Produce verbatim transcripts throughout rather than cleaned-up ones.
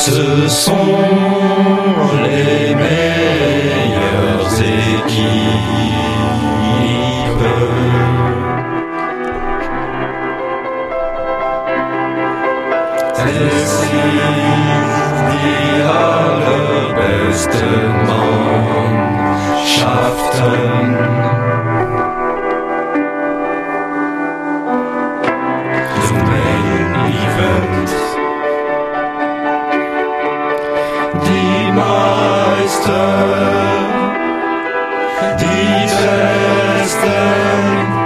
Ce sont les meilleures équipes. This is the allerbesten Mannschaften. The main event. Die Meister, die Besten,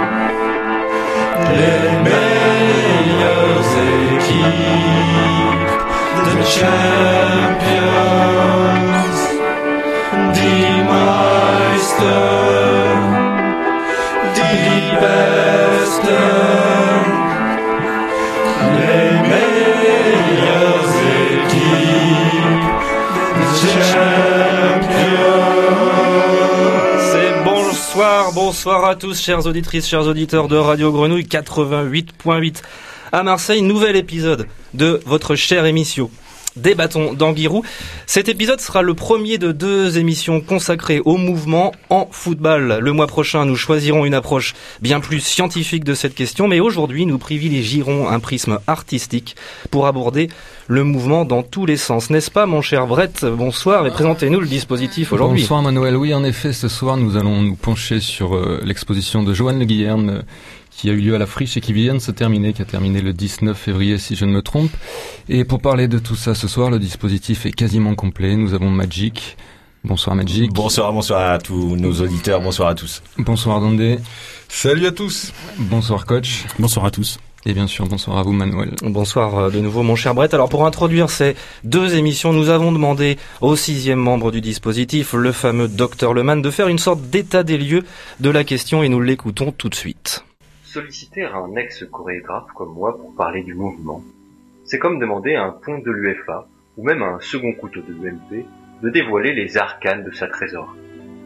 les meilleures équipes, the champions, die Meister, die Besten, les meilleures équipes, the champions. C'est bonsoir, bonsoir à tous, chères auditrices, chers auditeurs de Radio Grenouille quatre-vingt-huit point huit. À Marseille, nouvel épisode de votre chère émission Débattons d'Anguirou. Cet épisode sera le premier de deux émissions consacrées au mouvement en football. Le mois prochain, nous choisirons une approche bien plus scientifique de cette question, mais aujourd'hui, nous privilégierons un prisme artistique pour aborder le mouvement dans tous les sens. N'est-ce pas, mon cher Brett? Bonsoir, et présentez-nous le dispositif aujourd'hui. Bonsoir, Manuel. Oui, en effet, ce soir, nous allons nous pencher sur euh, l'exposition de Johan Le Guillerme, euh, qui a eu lieu à la Friche et qui vient de se terminer, qui a terminé le dix-neuf février si je ne me trompe. Et pour parler de tout ça ce soir, le dispositif est quasiment complet. Nous avons Magic. Bonsoir Magic. Bonsoir, bonsoir à tous nos auditeurs, bonsoir à tous. Bonsoir Dandé. Salut à tous. Bonsoir Coach. Bonsoir à tous. Et bien sûr, bonsoir à vous Manuel. Bonsoir de nouveau mon cher Brett. Alors pour introduire ces deux émissions, nous avons demandé au sixième membre du dispositif, le fameux docteur Leman, de faire une sorte d'état des lieux de la question et nous l'écoutons tout de suite. Solliciter un ex-chorégraphe comme moi pour parler du mouvement, c'est comme demander à un pont de l'U F A ou même à un second couteau de l'U M P de dévoiler les arcanes de sa trésorerie.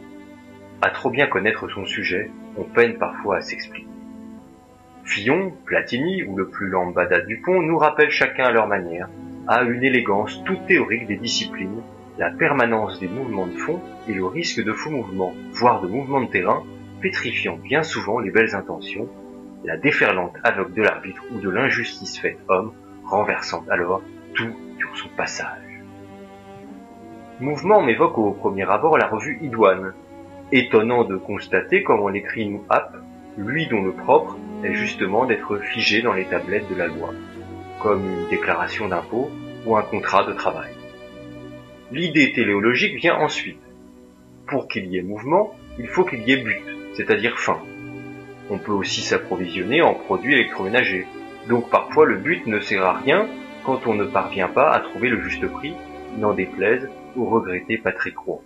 À trop bien connaître son sujet, on peine parfois à s'expliquer. Fillon, Platini ou le plus lambada Dupont nous rappellent chacun à leur manière, à une élégance toute théorique des disciplines, la permanence des mouvements de fond et le risque de faux mouvements, voire de mouvements de terrain, pétrifiant bien souvent les belles intentions, la déferlante aveugle de l'arbitre ou de l'injustice faite homme, renversant alors tout sur son passage. Mouvement m'évoque au premier abord la revue Idoine. Étonnant de constater comment l'écrit nous happe, lui dont le propre est justement d'être figé dans les tablettes de la loi, comme une déclaration d'impôt ou un contrat de travail. L'idée téléologique vient ensuite. Pour qu'il y ait mouvement, il faut qu'il y ait but, c'est-à-dire fin. On peut aussi s'approvisionner en produits électroménagers, donc parfois le but ne sert à rien quand on ne parvient pas à trouver le juste prix, n'en déplaise au regretté Patrick Roy.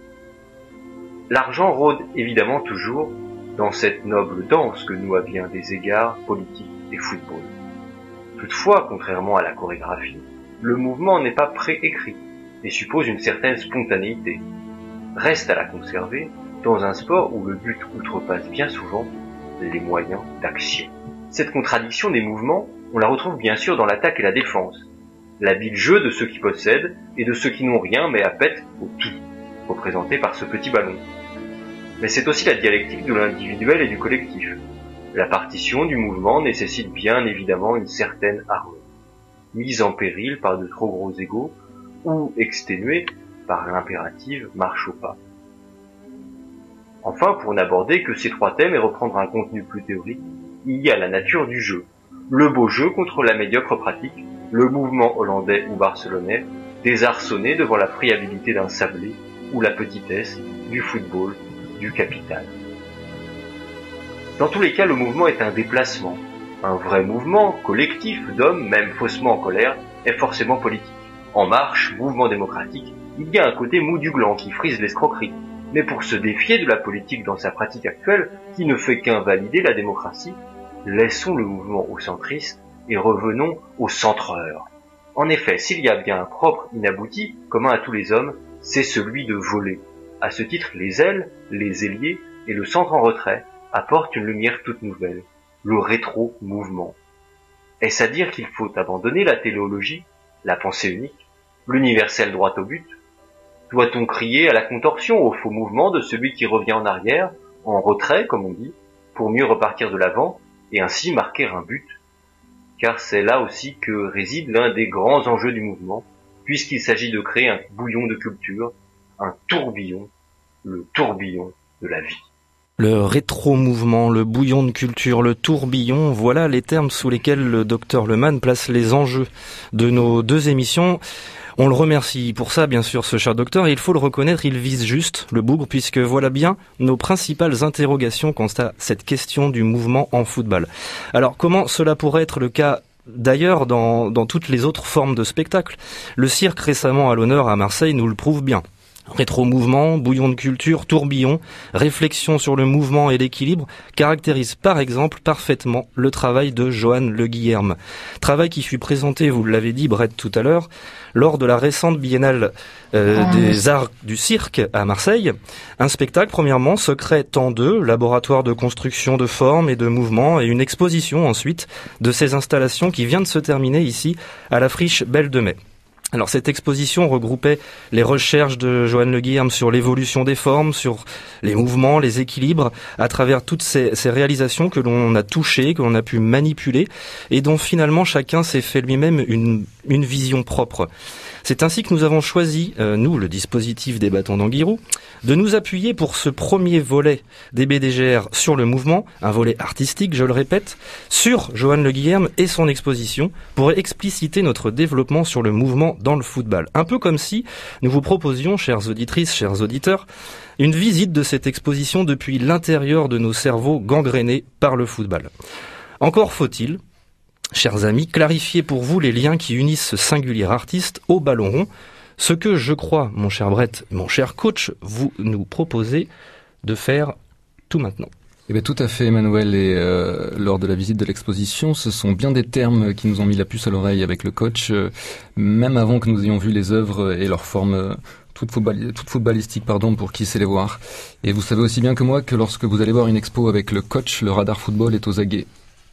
L'argent rôde évidemment toujours dans cette noble danse que noue à bien des égards politique et football. Toutefois, contrairement à la chorégraphie, le mouvement n'est pas préécrit et suppose une certaine spontanéité. Reste à la conserver dans un sport où le but outrepasse bien souvent les moyens d'action. Cette contradiction des mouvements, on la retrouve bien sûr dans l'attaque et la défense, l'habile jeu de ceux qui possèdent et de ceux qui n'ont rien mais appètent au tout, représenté par ce petit ballon. Mais c'est aussi la dialectique de l'individuel et du collectif. La partition du mouvement nécessite bien évidemment une certaine harmonie, mise en péril par de trop gros égos ou exténuée par l'impérative marche au pas. Enfin, pour n'aborder que ces trois thèmes et reprendre un contenu plus théorique, il y a la nature du jeu, le beau jeu contre la médiocre pratique, le mouvement hollandais ou barcelonais, désarçonné devant la friabilité d'un sablé ou la petitesse du football du capital. Dans tous les cas, le mouvement est un déplacement. Un vrai mouvement, collectif d'hommes, même faussement en colère, est forcément politique. En marche, mouvement démocratique, il y a un côté mou du gland qui frise l'escroquerie. Mais pour se défier de la politique dans sa pratique actuelle, qui ne fait qu'invalider la démocratie, laissons le mouvement au centriste et revenons au centreur. En effet, s'il y a bien un propre inabouti, commun à tous les hommes, c'est celui de voler. À ce titre, les ailes, les ailiers et le centre en retrait apportent une lumière toute nouvelle, le rétro-mouvement. Est-ce à dire qu'il faut abandonner la téléologie, la pensée unique, l'universel droit au but? Doit-on crier à la contorsion, au faux mouvement de celui qui revient en arrière, en retrait comme on dit, pour mieux repartir de l'avant et ainsi marquer un but? Car c'est là aussi que réside l'un des grands enjeux du mouvement, puisqu'il s'agit de créer un bouillon de culture, un tourbillon, le tourbillon de la vie. Le rétro-mouvement, le bouillon de culture, le tourbillon, voilà les termes sous lesquels le docteur Lemann place les enjeux de nos deux émissions. On le remercie pour ça, bien sûr, ce cher docteur, et il faut le reconnaître, il vise juste le bougre, puisque voilà bien nos principales interrogations quant à cette question du mouvement en football. Alors, comment cela pourrait être le cas d'ailleurs dans, dans toutes les autres formes de spectacle? Le cirque récemment à l'honneur à Marseille nous le prouve bien. Rétro-mouvement, bouillon de culture, tourbillon, réflexion sur le mouvement et l'équilibre caractérisent par exemple parfaitement le travail de Johan Le Guilherme. Travail qui fut présenté, vous l'avez dit Brett tout à l'heure, lors de la récente biennale euh, oh. des arts du cirque à Marseille. Un spectacle premièrement secret en deux, laboratoire de construction de formes et de mouvements, et une exposition ensuite de ces installations qui vient de se terminer ici à la friche Belle de Mai. Alors cette exposition regroupait les recherches de Johan Le Guilherme sur l'évolution des formes, sur les mouvements, les équilibres, à travers toutes ces, ces réalisations que l'on a touchées, que l'on a pu manipuler, et dont finalement chacun s'est fait lui-même une, une vision propre. C'est ainsi que nous avons choisi, euh, nous, le dispositif des bâtons d'Anguirou, de nous appuyer pour ce premier volet des B D G R sur le mouvement, un volet artistique, je le répète, sur Johan Le Guilherme et son exposition, pour expliciter notre développement sur le mouvement dans le football. Un peu comme si nous vous proposions, chères auditrices, chers auditeurs, une visite de cette exposition depuis l'intérieur de nos cerveaux gangrénés par le football. Encore faut-il, chers amis, clarifier pour vous les liens qui unissent ce singulier artiste au ballon rond, ce que je crois, mon cher Brett, mon cher coach, vous nous proposez de faire tout maintenant. Eh bien, tout à fait, Emmanuel, et euh, lors de la visite de l'exposition, ce sont bien des termes qui nous ont mis la puce à l'oreille avec le coach, euh, même avant que nous ayons vu les œuvres et leurs formes euh, toutes, football, toutes footballistiques, pardon, pour qui sait les voir. Et vous savez aussi bien que moi que lorsque vous allez voir une expo avec le coach, le radar football est aux aguets.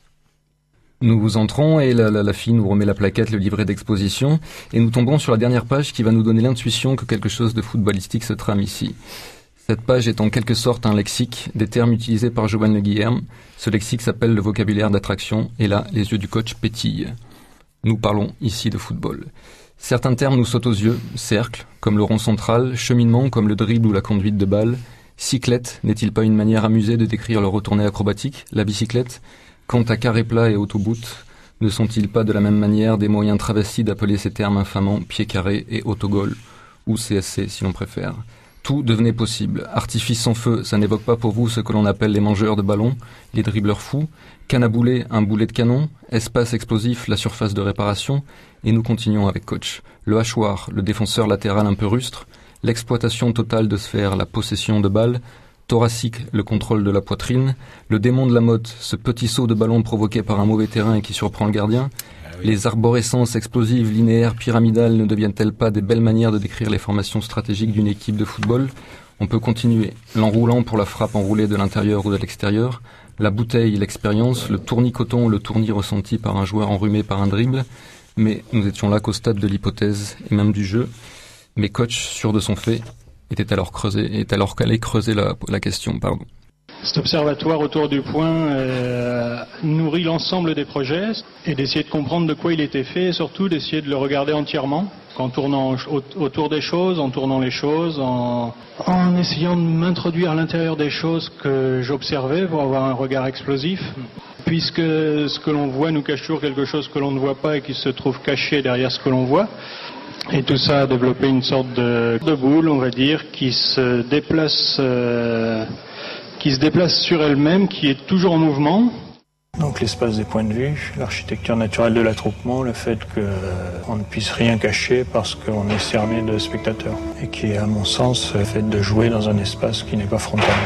Nous entrons et la, la, la fille nous remet la plaquette, le livret d'exposition, et nous tombons sur la dernière page qui va nous donner l'intuition que quelque chose de footballistique se trame ici. Cette page est en quelque sorte un lexique des termes utilisés par Johan Le Guilherme. Ce lexique s'appelle le vocabulaire d'attraction, et là, les yeux du coach pétillent. Nous parlons ici de football. Certains termes nous sautent aux yeux, cercle, comme le rond central, cheminement, comme le dribble ou la conduite de balle, cyclette, n'est-il pas une manière amusée de décrire le retourné acrobatique, la bicyclette? Quant à carré plat et autoboot, ne sont-ils pas de la même manière des moyens travestis d'appeler ces termes infamants pied carré et autogol, ou C S C si l'on préfère? Tout devenait possible. Artifice sans feu, ça n'évoque pas pour vous ce que l'on appelle les mangeurs de ballons, les dribbleurs fous, canne à boulet, un boulet de canon, espace explosif, la surface de réparation, et nous continuons avec coach. Le hachoir, le défenseur latéral un peu rustre, l'exploitation totale de sphère, la possession de balles, thoracique, le contrôle de la poitrine, le démon de la motte, ce petit saut de ballon provoqué par un mauvais terrain et qui surprend le gardien. Ah oui. Les arborescences explosives, linéaires, pyramidales ne deviennent-elles pas des belles manières de décrire les formations stratégiques d'une équipe de football? On peut continuer. L'enroulant pour la frappe enroulée de l'intérieur ou de l'extérieur, la bouteille, l'expérience, le tournis-coton, le tournis ressenti par un joueur enrhumé par un dribble. Mais nous étions là qu'au stade de l'hypothèse et même du jeu. Mais coach, sûr de son fait, était alors creusé, est alors qu'allait creuser la, la question, pardon. Cet observatoire autour du point euh, nourrit l'ensemble des projets et d'essayer de comprendre de quoi il était fait et surtout d'essayer de le regarder entièrement, en tournant autour des choses, en tournant les choses, en, en essayant de m'introduire à l'intérieur des choses que j'observais pour avoir un regard explosif. Puisque ce que l'on voit nous cache toujours quelque chose que l'on ne voit pas et qui se trouve caché derrière ce que l'on voit. Et tout ça a développé une sorte de, de boule, on va dire, qui se déplace, euh, qui se déplace sur elle-même, qui est toujours en mouvement. Donc l'espace des points de vue, l'architecture naturelle de l'attroupement, le fait qu'on ne puisse rien cacher parce qu'on est cerné de spectateurs. Et qui est, à mon sens, le fait de jouer dans un espace qui n'est pas frontal.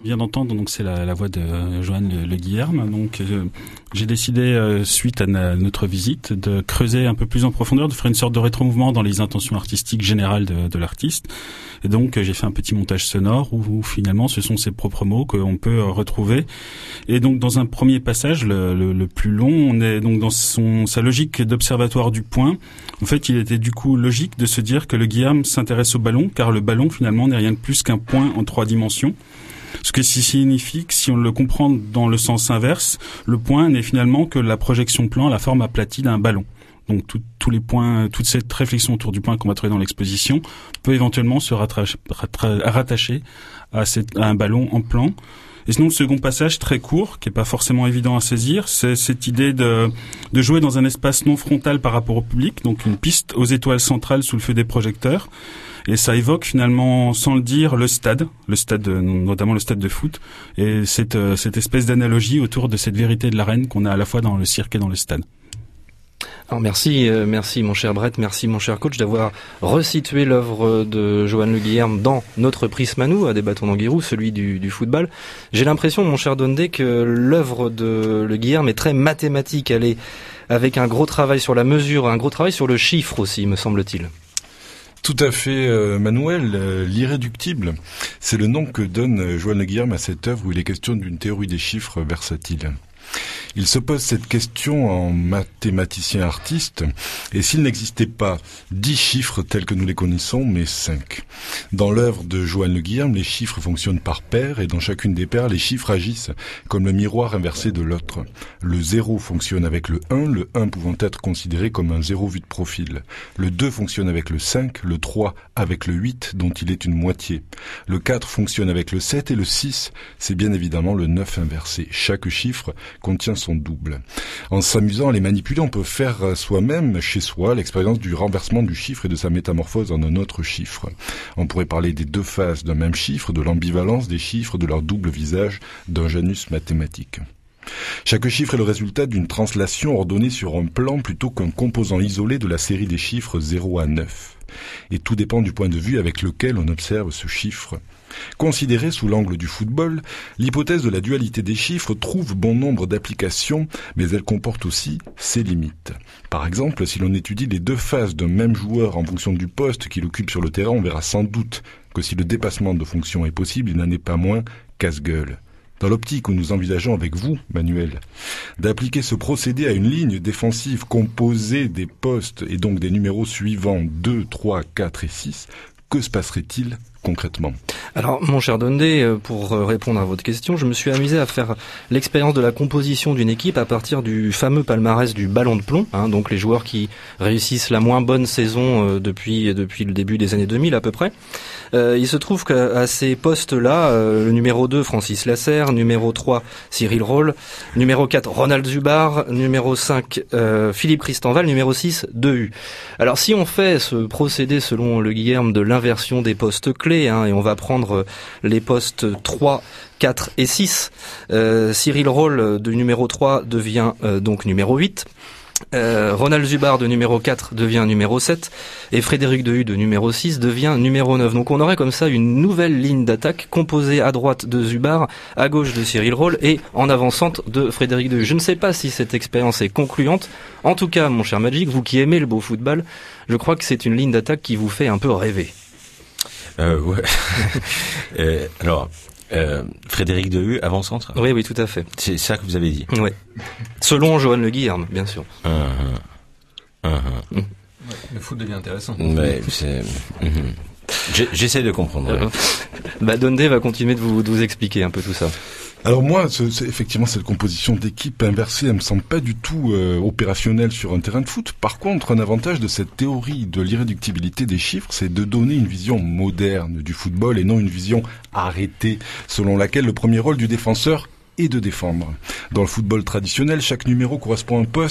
vient d'entendre, donc c'est la, la voix de Johan Le, Le Guilherme. Donc euh, j'ai décidé, euh, suite à na, notre visite, de creuser un peu plus en profondeur, de faire une sorte de rétro-mouvement dans les intentions artistiques générales de, de l'artiste. Et donc euh, j'ai fait un petit montage sonore où, où finalement ce sont ses propres mots qu'on peut euh, retrouver. Et donc dans un premier passage, le, le, le plus long, on est donc dans son sa logique d'observatoire du point. En fait, il était du coup logique de se dire que Le Guilherme s'intéresse au ballon, car le ballon finalement n'est rien de plus qu'un point en trois dimensions. Ce que ça signifie que si on le comprend dans le sens inverse, le point n'est finalement que la projection plan, la forme aplatie d'un ballon. Donc tout, tous les points, toute cette réflexion autour du point qu'on va trouver dans l'exposition peut éventuellement se rattracher, rattacher à, cette, à un ballon en plan. Et sinon, le second passage, très court, qui est pas forcément évident à saisir, c'est cette idée de, de jouer dans un espace non frontal par rapport au public, donc une piste aux étoiles centrales sous le feu des projecteurs. Et ça évoque finalement, sans le dire, le stade, le stade, notamment le stade de foot, et cette, cette espèce d'analogie autour de cette vérité de l'arène qu'on a à la fois dans le cirque et dans le stade. Alors merci, euh, merci mon cher Brett, merci mon cher coach d'avoir resitué l'œuvre de Johan Le Guilherme dans notre prisme à nous, à Des bâtons d'Anguirou, celui du, du football. J'ai l'impression, mon cher Dondé, que l'œuvre de Le Guilherme est très mathématique, elle est avec un gros travail sur la mesure, un gros travail sur le chiffre aussi, me semble-t-il. Tout à fait, euh, Manuel. Euh, l'irréductible, c'est le nom que donne Johan Le Guilherme à cette œuvre où il est question d'une théorie des chiffres versatile. Il se pose cette question en mathématicien artiste, et s'il n'existait pas dix chiffres tels que nous les connaissons, mais cinq. Dans l'œuvre de Johan Le Guilherme, les chiffres fonctionnent par paires, et dans chacune des paires, les chiffres agissent comme le miroir inversé de l'autre. Le zéro fonctionne avec le un, le un pouvant être considéré comme un zéro vu de profil. Le deux fonctionne avec le cinq, le trois avec le huit, dont il est une moitié. Le quatre fonctionne avec le sept, et le six, c'est bien évidemment le neuf inversé. Chaque chiffre contient son double. En s'amusant à les manipuler, on peut faire soi-même, chez soi, l'expérience du renversement du chiffre et de sa métamorphose en un autre chiffre. On pourrait parler des deux faces d'un même chiffre, de l'ambivalence des chiffres, de leur double visage, d'un Janus mathématique. Chaque chiffre est le résultat d'une translation ordonnée sur un plan plutôt qu'un composant isolé de la série des chiffres zéro à neuf. Et tout dépend du point de vue avec lequel on observe ce chiffre. Considérée sous l'angle du football, l'hypothèse de la dualité des chiffres trouve bon nombre d'applications, mais elle comporte aussi ses limites. Par exemple, si l'on étudie les deux phases d'un même joueur en fonction du poste qu'il occupe sur le terrain, on verra sans doute que si le dépassement de fonction est possible, il n'en est pas moins casse-gueule. Dans l'optique où nous envisageons avec vous, Manuel, d'appliquer ce procédé à une ligne défensive composée des postes et donc des numéros suivants deux, trois, quatre et six, que se passerait-il concrètement? Alors, mon cher Dondé, pour répondre à votre question, je me suis amusé à faire l'expérience de la composition d'une équipe à partir du fameux palmarès du ballon de plomb, hein, donc les joueurs qui réussissent la moins bonne saison euh, depuis depuis le début des années deux mille à peu près. Euh, il se trouve qu'à ces postes-là, euh, le numéro deux, Francis Lasserre, numéro trois, Cyril Roll, numéro quatre, Ronald Zubar, numéro cinq, euh, Philippe Christenval, numéro six, Dehu. Alors, si on fait ce procédé selon Le Guilherme de l'inversion des postes clés, Hein, et on va prendre les postes trois, quatre et six. Euh, Cyril Roll de numéro trois devient euh, donc numéro huit. Euh, Ronald Zubar de numéro quatre devient numéro sept. Et Frédéric Dehu de numéro six devient numéro neuf. Donc on aurait comme ça une nouvelle ligne d'attaque composée à droite de Zubar, à gauche de Cyril Roll et en avançante de Frédéric Dehu. Je ne sais pas si cette expérience est concluante. En tout cas, mon cher Magic, vous qui aimez le beau football, je crois que c'est une ligne d'attaque qui vous fait un peu rêver. Euh, ouais. euh, alors, euh, Frédéric Dehu, avant-centre. Oui, oui, tout à fait. C'est ça que vous avez dit. Oui. Selon Johan Le Guilherme, bien sûr. Uh-huh. Uh-huh. Ouais, le foot devient intéressant. Ouais, c'est. Uh-huh. J'essaie de comprendre. Ouais. Bah, Dondé va continuer de vous, de vous expliquer un peu tout ça. Alors moi, c'est, c'est effectivement, cette composition d'équipe inversée, elle me semble pas du tout euh, opérationnelle sur un terrain de foot. Par contre, un avantage de cette théorie de l'irréductibilité des chiffres, c'est de donner une vision moderne du football et non une vision arrêtée, selon laquelle le premier rôle du défenseur est de défendre. Dans le football traditionnel, chaque numéro correspond à un poste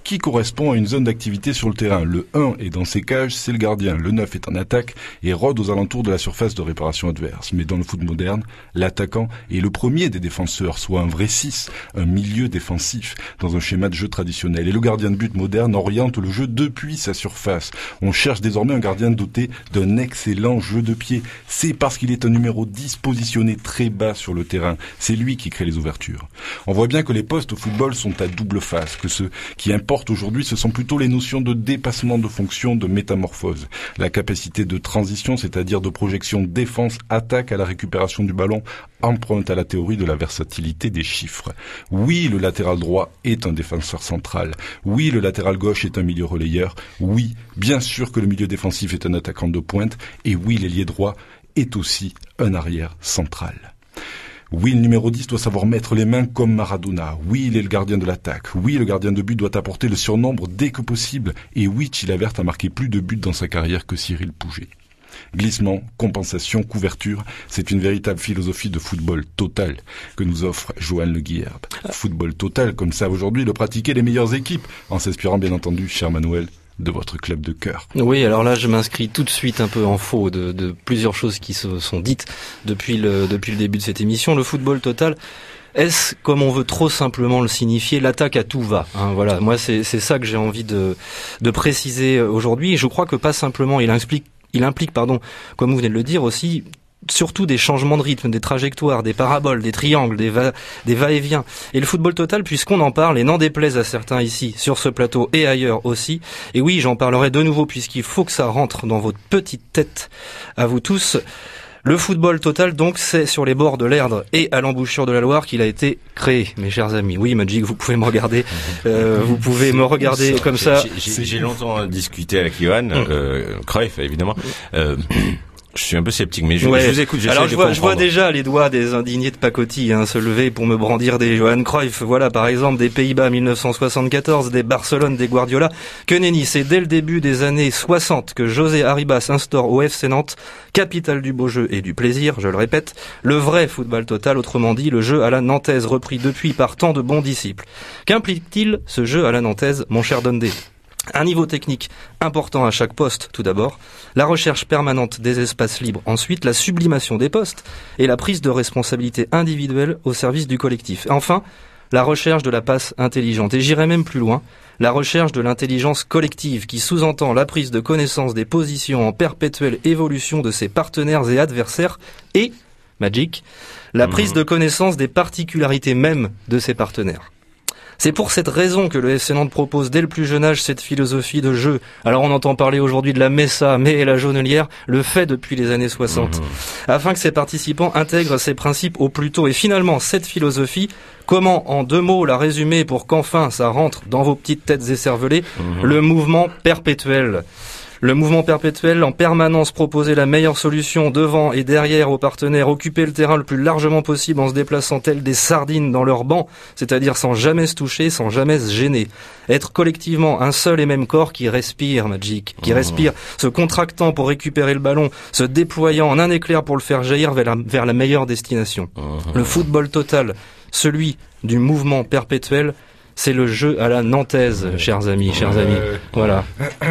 qui correspond à une zone d'activité sur le terrain. Le un est dans ses cages, c'est le gardien. Le neuf est en attaque et rôde aux alentours de la surface de réparation adverse. Mais dans le foot moderne, l'attaquant est le premier des défenseurs, soit un vrai six, un milieu défensif, dans un schéma de jeu traditionnel. Et le gardien de but moderne oriente le jeu depuis sa surface. On cherche désormais un gardien doté d'un excellent jeu de pied. C'est parce qu'il est un numéro dix positionné très bas sur le terrain. C'est lui qui crée les ouvertures. On voit bien que les postes au football sont à double face, que ce qui importe aujourd'hui, ce sont plutôt les notions de dépassement de fonction, de métamorphose. La capacité de transition, c'est-à-dire de projection défense-attaque à la récupération du ballon, emprunte à la théorie de la versatilité des chiffres. Oui, le latéral droit est un défenseur central. Oui, le latéral gauche est un milieu relayeur. Oui, bien sûr que le milieu défensif est un attaquant de pointe. Et oui, l'ailier droit est aussi un arrière central. Oui, le numéro dix doit savoir mettre les mains comme Maradona. Oui, il est le gardien de l'attaque. Oui, le gardien de but doit apporter le surnombre dès que possible. Et oui, Chilavert a marqué plus de buts dans sa carrière que Cyril Pouget. Glissement, compensation, couverture, c'est une véritable philosophie de football total que nous offre Johan Le Guilherme. Football total, comme savent aujourd'hui le pratiquer les meilleures équipes, en s'inspirant bien entendu, cher Manuel, de votre club de cœur. Oui, alors là, je m'inscris tout de suite un peu en faux de, de plusieurs choses qui se sont dites depuis le, depuis le début de cette émission. Le football total, est-ce, comme on veut trop simplement le signifier, l'attaque à tout va, hein, voilà. Moi, c'est, c'est ça que j'ai envie de, de préciser aujourd'hui. Et je crois que pas simplement, il implique Il implique, pardon, comme vous venez de le dire aussi, surtout des changements de rythme, des trajectoires, des paraboles, des triangles, des, va, des va-et-vient. Et le football total, puisqu'on en parle, et n'en déplaise à certains ici, sur ce plateau et ailleurs aussi, et oui, j'en parlerai de nouveau puisqu'il faut que ça rentre dans votre petite tête, à vous tous. Le football total, donc, c'est sur les bords de l'Erdre et à l'embouchure de la Loire qu'il a été créé, mes chers amis. Oui, Magic, vous pouvez me regarder, euh, vous pouvez me regarder comme ça. J'ai, j'ai longtemps discuté avec Johan, euh, Cruyff, évidemment. Euh, Je suis un peu sceptique, mais je, ouais. je vous écoute. Alors je de vois, comprendre. je vois déjà les doigts des indignés de pacotille hein, se lever pour me brandir des Johan Cruyff. Voilà, par exemple, des Pays-Bas mille neuf cent soixante-quatorze, des Barcelone, des Guardiola. Que nenni, c'est dès le début des années soixante que José Arribas instaure au F C Nantes, capitale du beau jeu et du plaisir, je le répète, le vrai football total, autrement dit, le jeu à la nantaise, repris depuis par tant de bons disciples. Qu'implique-t-il ce jeu à la nantaise, mon cher Dondé ? Un niveau technique important à chaque poste, tout d'abord, la recherche permanente des espaces libres, ensuite la sublimation des postes et la prise de responsabilité individuelle au service du collectif. Et enfin, la recherche de la passe intelligente. Et j'irai même plus loin, la recherche de l'intelligence collective qui sous-entend la prise de connaissance des positions en perpétuelle évolution de ses partenaires et adversaires et, Magic, la prise de connaissance des particularités mêmes de ses partenaires. C'est pour cette raison que le F C Nantes propose dès le plus jeune âge cette philosophie de jeu. Alors on entend parler aujourd'hui de la Messa, mais la Jaunelière le fait depuis les années soixante. Mmh. Afin que ses participants intègrent ces principes au plus tôt. Et finalement, cette philosophie, comment en deux mots la résumer pour qu'enfin ça rentre dans vos petites têtes écervelées ? Mmh. Le mouvement perpétuel. Le mouvement perpétuel, en permanence proposer la meilleure solution devant et derrière aux partenaires, occuper le terrain le plus largement possible en se déplaçant tels des sardines dans leur banc, c'est-à-dire sans jamais se toucher, sans jamais se gêner. Être collectivement un seul et même corps qui respire, Magic, qui oh. respire, se contractant pour récupérer le ballon, se déployant en un éclair pour le faire jaillir vers la, vers la meilleure destination. Oh. Le football total, celui du mouvement perpétuel, c'est le jeu à la nantaise, ouais. chers amis, ouais. chers amis. Voilà.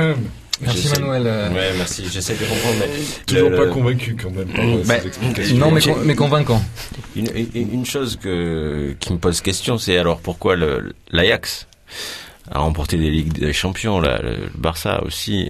Merci J'essaie... Manuel. Ouais, merci. J'essaie de comprendre. Mais toujours le, pas le... convaincu quand même. Par bah, ces explications. Non, mais, con, mais convaincant. Une, une, une chose que qui me pose question, c'est alors pourquoi le, l'Ajax a remporté des Ligues des Champions, là, le Barça aussi.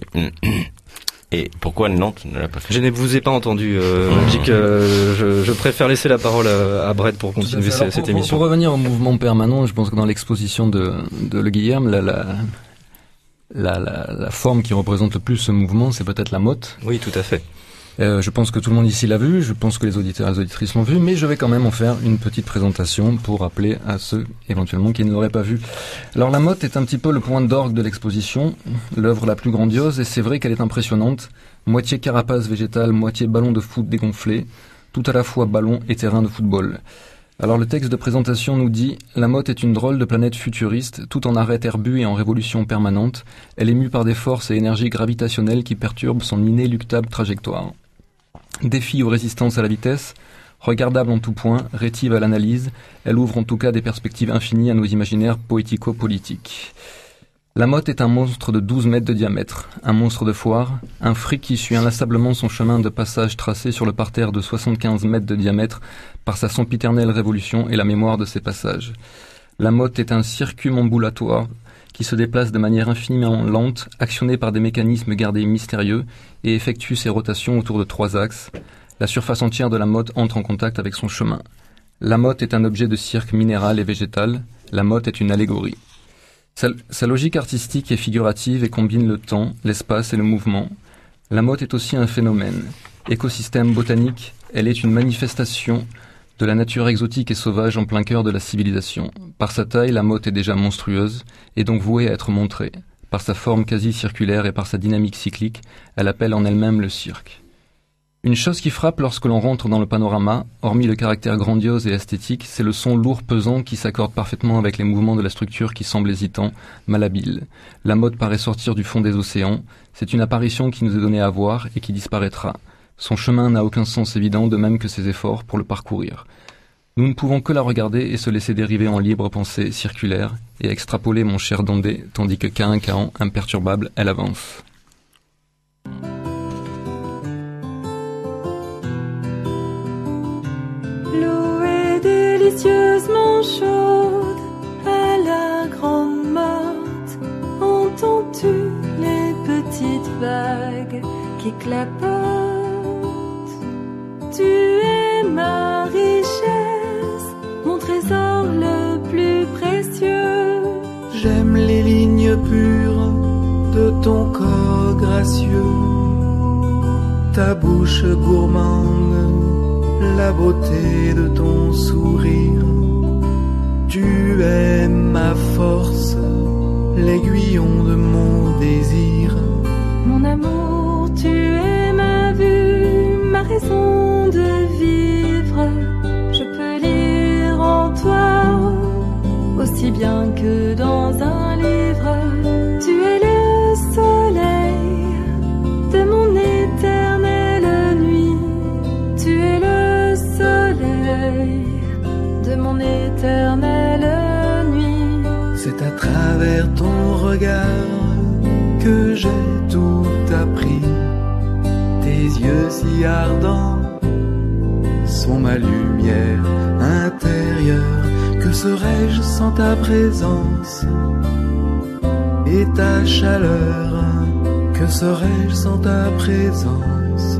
Et pourquoi Nantes ne l'a pas fait ? Je ne vous ai pas entendu, euh, mmh. Magic. Euh, je, je préfère laisser la parole à, à Brett pour continuer cette, Alors, cette pour, émission. Pour revenir au mouvement permanent, je pense que dans l'exposition de, de Le Guilherme, la, la, la, la, la forme qui représente le plus ce mouvement, c'est peut-être la motte. Oui, tout à fait. Euh, je pense que tout le monde ici l'a vu, je pense que les auditeurs et les auditrices l'ont vu, mais je vais quand même en faire une petite présentation pour rappeler à ceux éventuellement qui ne l'auraient pas vu. Alors la motte est un petit peu le point d'orgue de l'exposition, l'œuvre la plus grandiose, et c'est vrai qu'elle est impressionnante. Moitié carapace végétale, moitié ballon de foot dégonflé, tout à la fois ballon et terrain de football. Alors le texte de présentation nous dit « La motte est une drôle de planète futuriste, tout en arrêt herbu et en révolution permanente. Elle est mue par des forces et énergies gravitationnelles qui perturbent son inéluctable trajectoire. Défi aux résistances à la vitesse, regardable en tout point, rétive à l'analyse, elle ouvre en tout cas des perspectives infinies à nos imaginaires poético-politiques. » La motte est un monstre de douze mètres de diamètre, un monstre de foire, un fric qui suit inlassablement son chemin de passage tracé sur le parterre de soixante-quinze mètres de diamètre par sa sempiternelle révolution et la mémoire de ses passages. La motte est un circumambulatoire qui se déplace de manière infiniment lente, actionné par des mécanismes gardés mystérieux et effectue ses rotations autour de trois axes. La surface entière de la motte entre en contact avec son chemin. La motte est un objet de cirque minéral et végétal. La motte est une allégorie. Sa, sa logique artistique est figurative et combine le temps, l'espace et le mouvement. La motte est aussi un phénomène. Écosystème botanique, elle est une manifestation de la nature exotique et sauvage en plein cœur de la civilisation. Par sa taille, la motte est déjà monstrueuse et donc vouée à être montrée. Par sa forme quasi circulaire et par sa dynamique cyclique, elle appelle en elle-même le cirque. Une chose qui frappe lorsque l'on rentre dans le panorama, hormis le caractère grandiose et esthétique, c'est le son lourd pesant qui s'accorde parfaitement avec les mouvements de la structure qui semble hésitant, malhabile. La motte paraît sortir du fond des océans, c'est une apparition qui nous est donnée à voir et qui disparaîtra. Son chemin n'a aucun sens évident, de même que ses efforts pour le parcourir. Nous ne pouvons que la regarder et se laisser dériver en libre pensée circulaire et extrapoler mon cher Dandé, tandis que Cain Caen, imperturbable, elle avance. L'eau est délicieusement chaude à la grande motte. Entends-tu les petites vagues qui clapotent? Tu es ma richesse, mon trésor le plus précieux. J'aime les lignes pures de ton corps gracieux, ta bouche gourmande, la beauté de ton sourire. Tu es ma force, l'aiguillon de mon désir. Mon amour, tu es ma vue, ma raison de vivre. Je peux lire en toi aussi bien que dans un livre. Tu es le soleil de mon éternelle nuit. Tu es le soleil de mon éternelle nuit. C'est à travers ton regard que j'ai tout appris. Tes yeux si ardents sont ma lumière intérieure. Que serais-je sans ta présence et ta chaleur? Que serais-je sans ta présence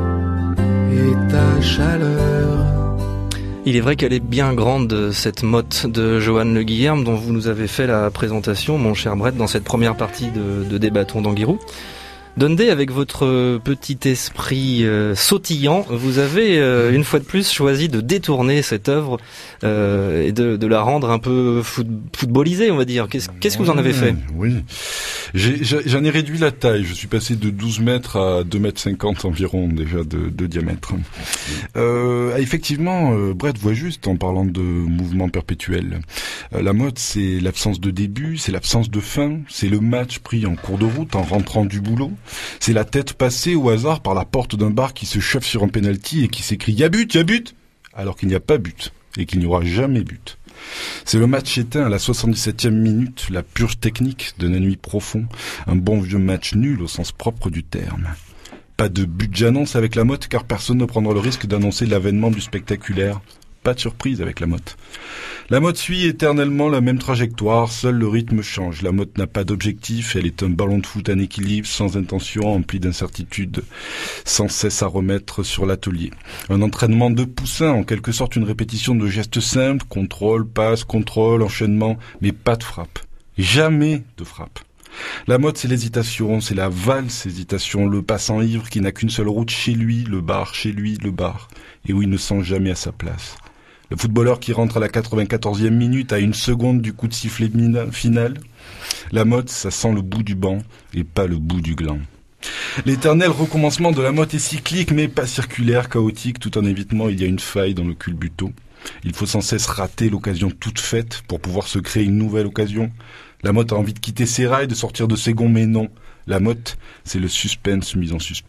et ta chaleur? Il est vrai qu'elle est bien grande, cette motte de Johan Le Guilherme, dont vous nous avez fait la présentation, mon cher Brett, dans cette première partie de, de Débattons d'Anguirou. Dundee, avec votre petit esprit euh, sautillant, vous avez euh, une fois de plus choisi de détourner cette œuvre euh, et de, de la rendre un peu foot, footballisée, on va dire. Qu'est-ce, qu'est-ce que vous en avez fait? Oui, J'ai, j'en ai réduit la taille. Je suis passé de douze mètres à deux mètres cinquante environ déjà de, de diamètre. Euh, effectivement, euh, Brett voit juste en parlant de mouvement perpétuel. Euh, la mode, c'est l'absence de début, c'est l'absence de fin, c'est le match pris en cours de route en rentrant du boulot. C'est la tête passée au hasard par la porte d'un bar qui se chauffe sur un penalty et qui s'écrie « Y'a but, y'a but !» alors qu'il n'y a pas but et qu'il n'y aura jamais but. C'est le match éteint à la soixante-dix-septième minute, la purge technique d'un ennemi profond, un bon vieux match nul au sens propre du terme. Pas de but j'annonce avec la motte car personne ne prendra le risque d'annoncer l'avènement du spectaculaire. Pas de surprise avec la motte. La motte suit éternellement la même trajectoire, seul le rythme change. La motte n'a pas d'objectif, elle est un ballon de foot en équilibre, sans intention, empli d'incertitude, sans cesse à remettre sur l'atelier. Un entraînement de poussin, en quelque sorte une répétition de gestes simples, contrôle, passe, contrôle, enchaînement, mais pas de frappe. Jamais de frappe. La mode, c'est l'hésitation, c'est la valse hésitation, le passant ivre qui n'a qu'une seule route chez lui, le bar, chez lui, le bar, et où il ne sent jamais à sa place. Le footballeur qui rentre à la quatre-vingt-quatorzième minute à une seconde du coup de sifflet final. La mode, ça sent le bout du banc et pas le bout du gland. L'éternel recommencement de la mode est cyclique mais pas circulaire, chaotique, tout en évitement il y a une faille dans le culbuto. Il faut sans cesse rater l'occasion toute faite pour pouvoir se créer une nouvelle occasion. La motte a envie de quitter ses rails, de sortir de ses gonds, mais non. La motte, c'est le suspense mis en suspens.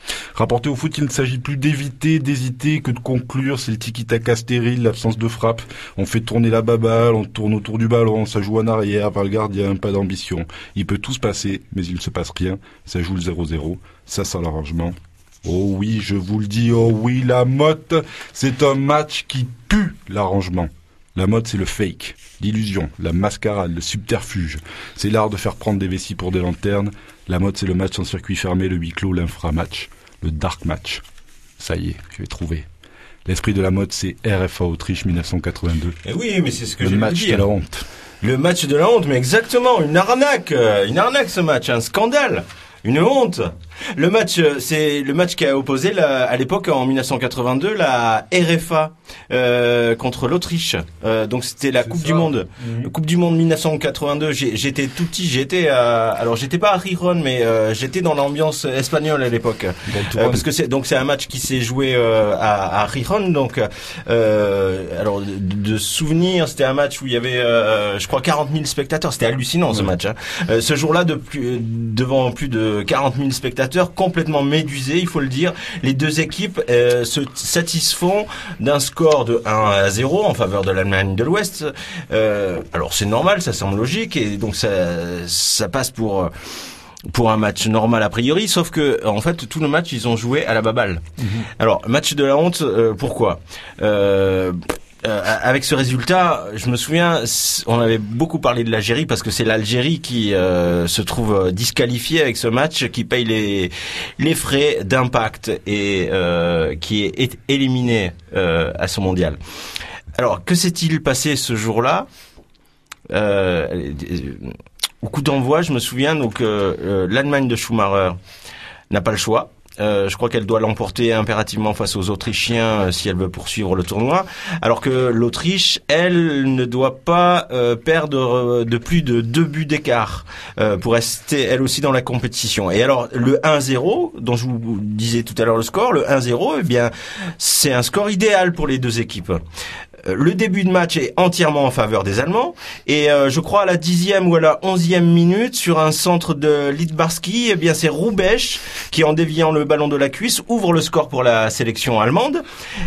Rapporté au foot, il ne s'agit plus d'éviter, d'hésiter que de conclure. C'est le tiki-taka stérile, l'absence de frappe. On fait tourner la baballe, on tourne autour du ballon, ça joue en arrière par le gardien, pas d'ambition. Il peut tout se passer, mais il ne se passe rien. Ça joue le zéro zéro. Ça sent l'arrangement. Oh oui, je vous le dis, oh oui, la motte, c'est un match qui pue l'arrangement. La mode, c'est le fake, l'illusion, la mascarade, le subterfuge. C'est l'art de faire prendre des vessies pour des lanternes. La mode, c'est le match en circuit fermé, le huis clos, l'inframatch, le dark match. Ça y est, je vais trouver. L'esprit de la mode, c'est R F A Autriche dix-neuf cent quatre-vingt-deux. Et oui, mais c'est ce que le j'ai match dit. de la honte. Le match de la honte, mais exactement, une arnaque, euh, une arnaque ce match, un scandale. Une honte. Le match, c'est le match qui a opposé la, à l'époque en dix-neuf cent quatre-vingt-deux la R F A euh, contre l'Autriche. Euh, donc c'était la c'est Coupe ça. du Monde, mmh. Coupe du Monde dix-neuf cent quatre-vingt-deux. J'ai, j'étais tout petit, j'étais à, alors j'étais pas à Rijon, mais euh, j'étais dans l'ambiance espagnole à l'époque. Euh, parce que c'est donc c'est un match qui s'est joué euh, à, à Rijon. Donc euh, alors de, de souvenir, c'était un match où il y avait, euh, je crois, quarante mille spectateurs. C'était hallucinant ce mmh. match. Hein. Euh, ce jour-là, de plus, devant plus de quarante mille spectateurs. Complètement médusés, il faut le dire. Les deux équipes euh, se satisfont d'un score de un à zéro en faveur de l'Allemagne de l'Ouest. Euh, alors c'est normal, ça semble logique, et donc ça, ça passe pour pour un match normal a priori, sauf que en fait tout le match ils ont joué à la baballe. Mmh. Alors match de la honte, euh, pourquoi euh, Euh, avec ce résultat, je me souviens, on avait beaucoup parlé de l'Algérie parce que c'est l'Algérie qui euh, se trouve disqualifiée avec ce match, qui paye les les frais d'impact et euh, qui est, est éliminée euh, à ce mondial. Alors, que s'est-il passé ce jour-là euh, au coup d'envoi, je me souviens, donc euh, l'Allemagne de Schumacher n'a pas le choix. Euh, je crois qu'elle doit l'emporter impérativement face aux Autrichiens euh, si elle veut poursuivre le tournoi, alors que l'Autriche, elle, ne doit pas euh, perdre de plus de deux buts d'écart euh, pour rester elle aussi dans la compétition. Et alors le un zéro, dont je vous disais tout à l'heure le score, le un zéro, eh bien c'est un score idéal pour les deux équipes. Le début de match est entièrement en faveur des Allemands et euh, je crois à la dixième ou à la onzième minute, sur un centre de Littbarski, eh bien c'est Roubesch qui, en déviant le ballon de la cuisse, ouvre le score pour la sélection allemande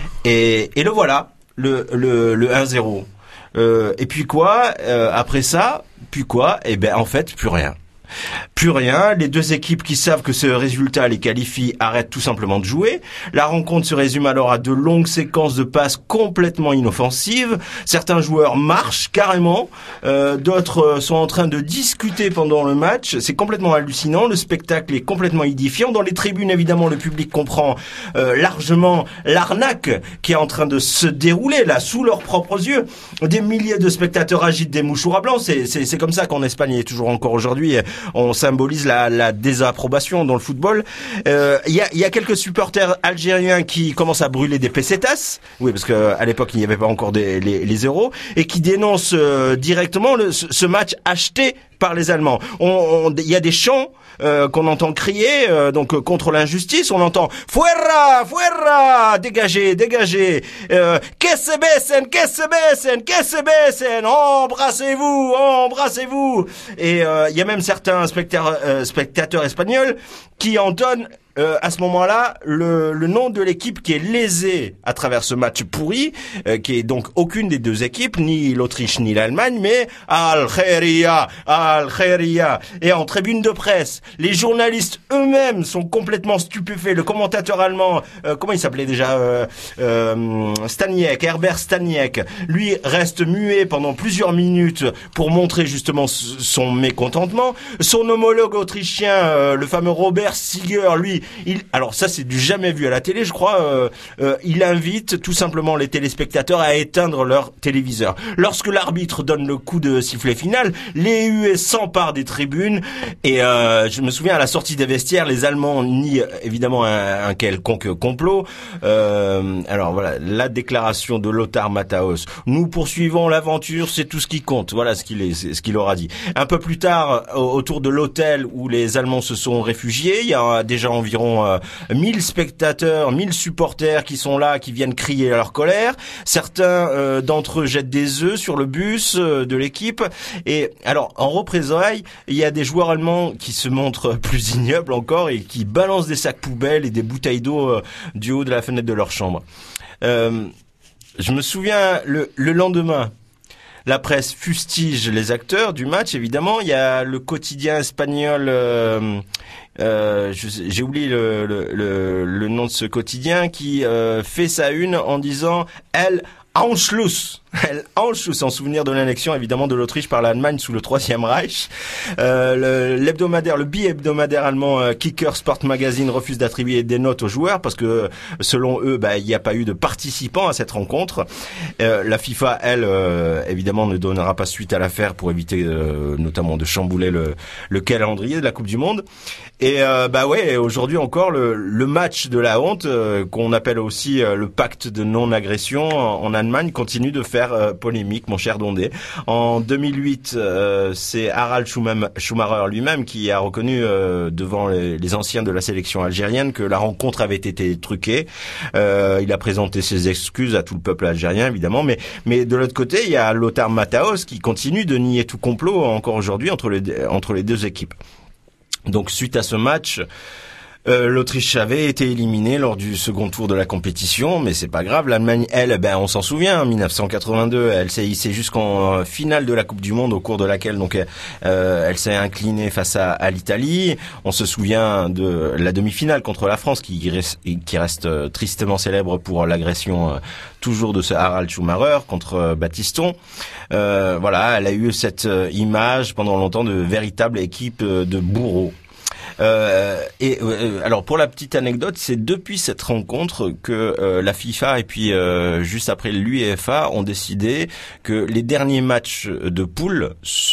et, et le voilà, le, le, le un zéro. Euh, et puis quoi euh, après ça, puis quoi Eh ben en fait plus rien. Plus rien, les deux équipes qui savent que ce résultat les qualifie arrêtent tout simplement de jouer. La rencontre se résume alors à de longues séquences de passes complètement inoffensives. Certains joueurs marchent carrément, euh, d'autres sont en train de discuter pendant le match. C'est complètement hallucinant, le spectacle est complètement édifiant. Dans les tribunes, évidemment, le public comprend euh, largement l'arnaque qui est en train de se dérouler là, sous leurs propres yeux. Des milliers de spectateurs agitent des mouchoirs blancs. C'est, c'est, c'est comme ça qu'en Espagne, et toujours encore aujourd'hui, on symbolise la, la désapprobation dans le football. Il euh, y, a, y a quelques supporters algériens qui commencent à brûler des pesetas, oui, parce que à l'époque il n'y avait pas encore des, les, les euros, et qui dénoncent euh, directement le, ce match acheté par les Allemands. Il y a des chants euh, qu'on entend crier euh, donc euh, contre l'injustice. On entend fuera, fuera, dégagez, dégagez. Euh, que se besen, que se besen, que se besen. Embrassez-vous, embrassez-vous. Et il euh, y a même certains spectateurs, euh, spectateurs espagnols qui entonnent Euh, à ce moment-là, le, le nom de l'équipe qui est lésée à travers ce match pourri, euh, qui est donc aucune des deux équipes, ni l'Autriche ni l'Allemagne, mais Algérie, Algérie. Et en tribune de presse, les journalistes eux-mêmes sont complètement stupéfaits. Le commentateur allemand, euh, comment il s'appelait déjà, euh, euh, Staniek, Herbert Staniek, lui reste muet pendant plusieurs minutes pour montrer justement son mécontentement. Son homologue autrichien, euh, le fameux Robert Sieger, lui, Il, alors ça c'est du jamais vu à la télé, je crois. Euh, euh, il invite tout simplement les téléspectateurs à éteindre leur téléviseur. Lorsque l'arbitre donne le coup de sifflet final, les huées s'emparent des tribunes et euh, je me souviens à la sortie des vestiaires, les Allemands nient évidemment un, un quelconque complot. Euh, alors voilà, la déclaration de Lothar Matthaus. Nous poursuivons l'aventure, c'est tout ce qui compte. Voilà ce qu'il est, c'est ce qu'il aura dit. Un peu plus tard, autour de l'hôtel où les Allemands se sont réfugiés, il y a déjà environ environ euh, mille spectateurs, mille supporters qui sont là, qui viennent crier leur colère. Certains euh, d'entre eux jettent des œufs sur le bus euh, de l'équipe. Et alors, en représailles, il y a des joueurs allemands qui se montrent plus ignobles encore et qui balancent des sacs poubelles et des bouteilles d'eau euh, du haut de la fenêtre de leur chambre. Euh, je me souviens, le, le lendemain, la presse fustige les acteurs du match, évidemment. Il y a le quotidien espagnol, euh, euh, je, j'ai oublié le, le, le, le nom de ce quotidien, qui euh, fait sa une en disant « El Anschluss ». El Anschluss, en souvenir de l'annexion évidemment de l'Autriche par l'Allemagne sous le Troisième Reich. Euh, le, l'hebdomadaire, le bi-hebdomadaire allemand euh, Kicker Sport Magazine refuse d'attribuer des notes aux joueurs parce que selon eux, bah, il n'y a pas eu de participants à cette rencontre. Euh, la FIFA, elle, euh, évidemment, ne donnera pas suite à l'affaire pour éviter euh, notamment de chambouler le, le calendrier de la Coupe du Monde. Et euh, bah ouais, aujourd'hui encore le, le match de la honte euh, qu'on appelle aussi euh, le pacte de non-agression en, en Allemagne continue de faire euh, polémique, mon cher Dondé. En deux mille huit, euh, c'est Harald Schumacher lui-même qui a reconnu euh, devant les, les anciens de la sélection algérienne que la rencontre avait été truquée. Euh, il a présenté ses excuses à tout le peuple algérien évidemment, mais mais de l'autre côté, il y a Lothar Matthäus qui continue de nier tout complot encore aujourd'hui entre les entre les deux équipes. Donc suite à ce match, euh, l'Autriche avait été éliminée lors du second tour de la compétition, mais c'est pas grave. L'Allemagne, elle, ben on s'en souvient, en dix-neuf cent quatre-vingt-deux, elle s'est hissée jusqu'en finale de la Coupe du Monde, au cours de laquelle donc euh, elle s'est inclinée face à, à l'Italie. On se souvient de la demi-finale contre la France, qui reste, qui reste tristement célèbre pour l'agression euh, toujours de ce Harald Schumacher contre euh, Battiston. Euh, voilà, elle a eu cette euh, image pendant longtemps de véritable équipe euh, de bourreaux. Euh, et euh, alors pour la petite anecdote, c'est depuis cette rencontre que euh, la FIFA et puis euh, juste après l'UEFA ont décidé que les derniers matchs de poule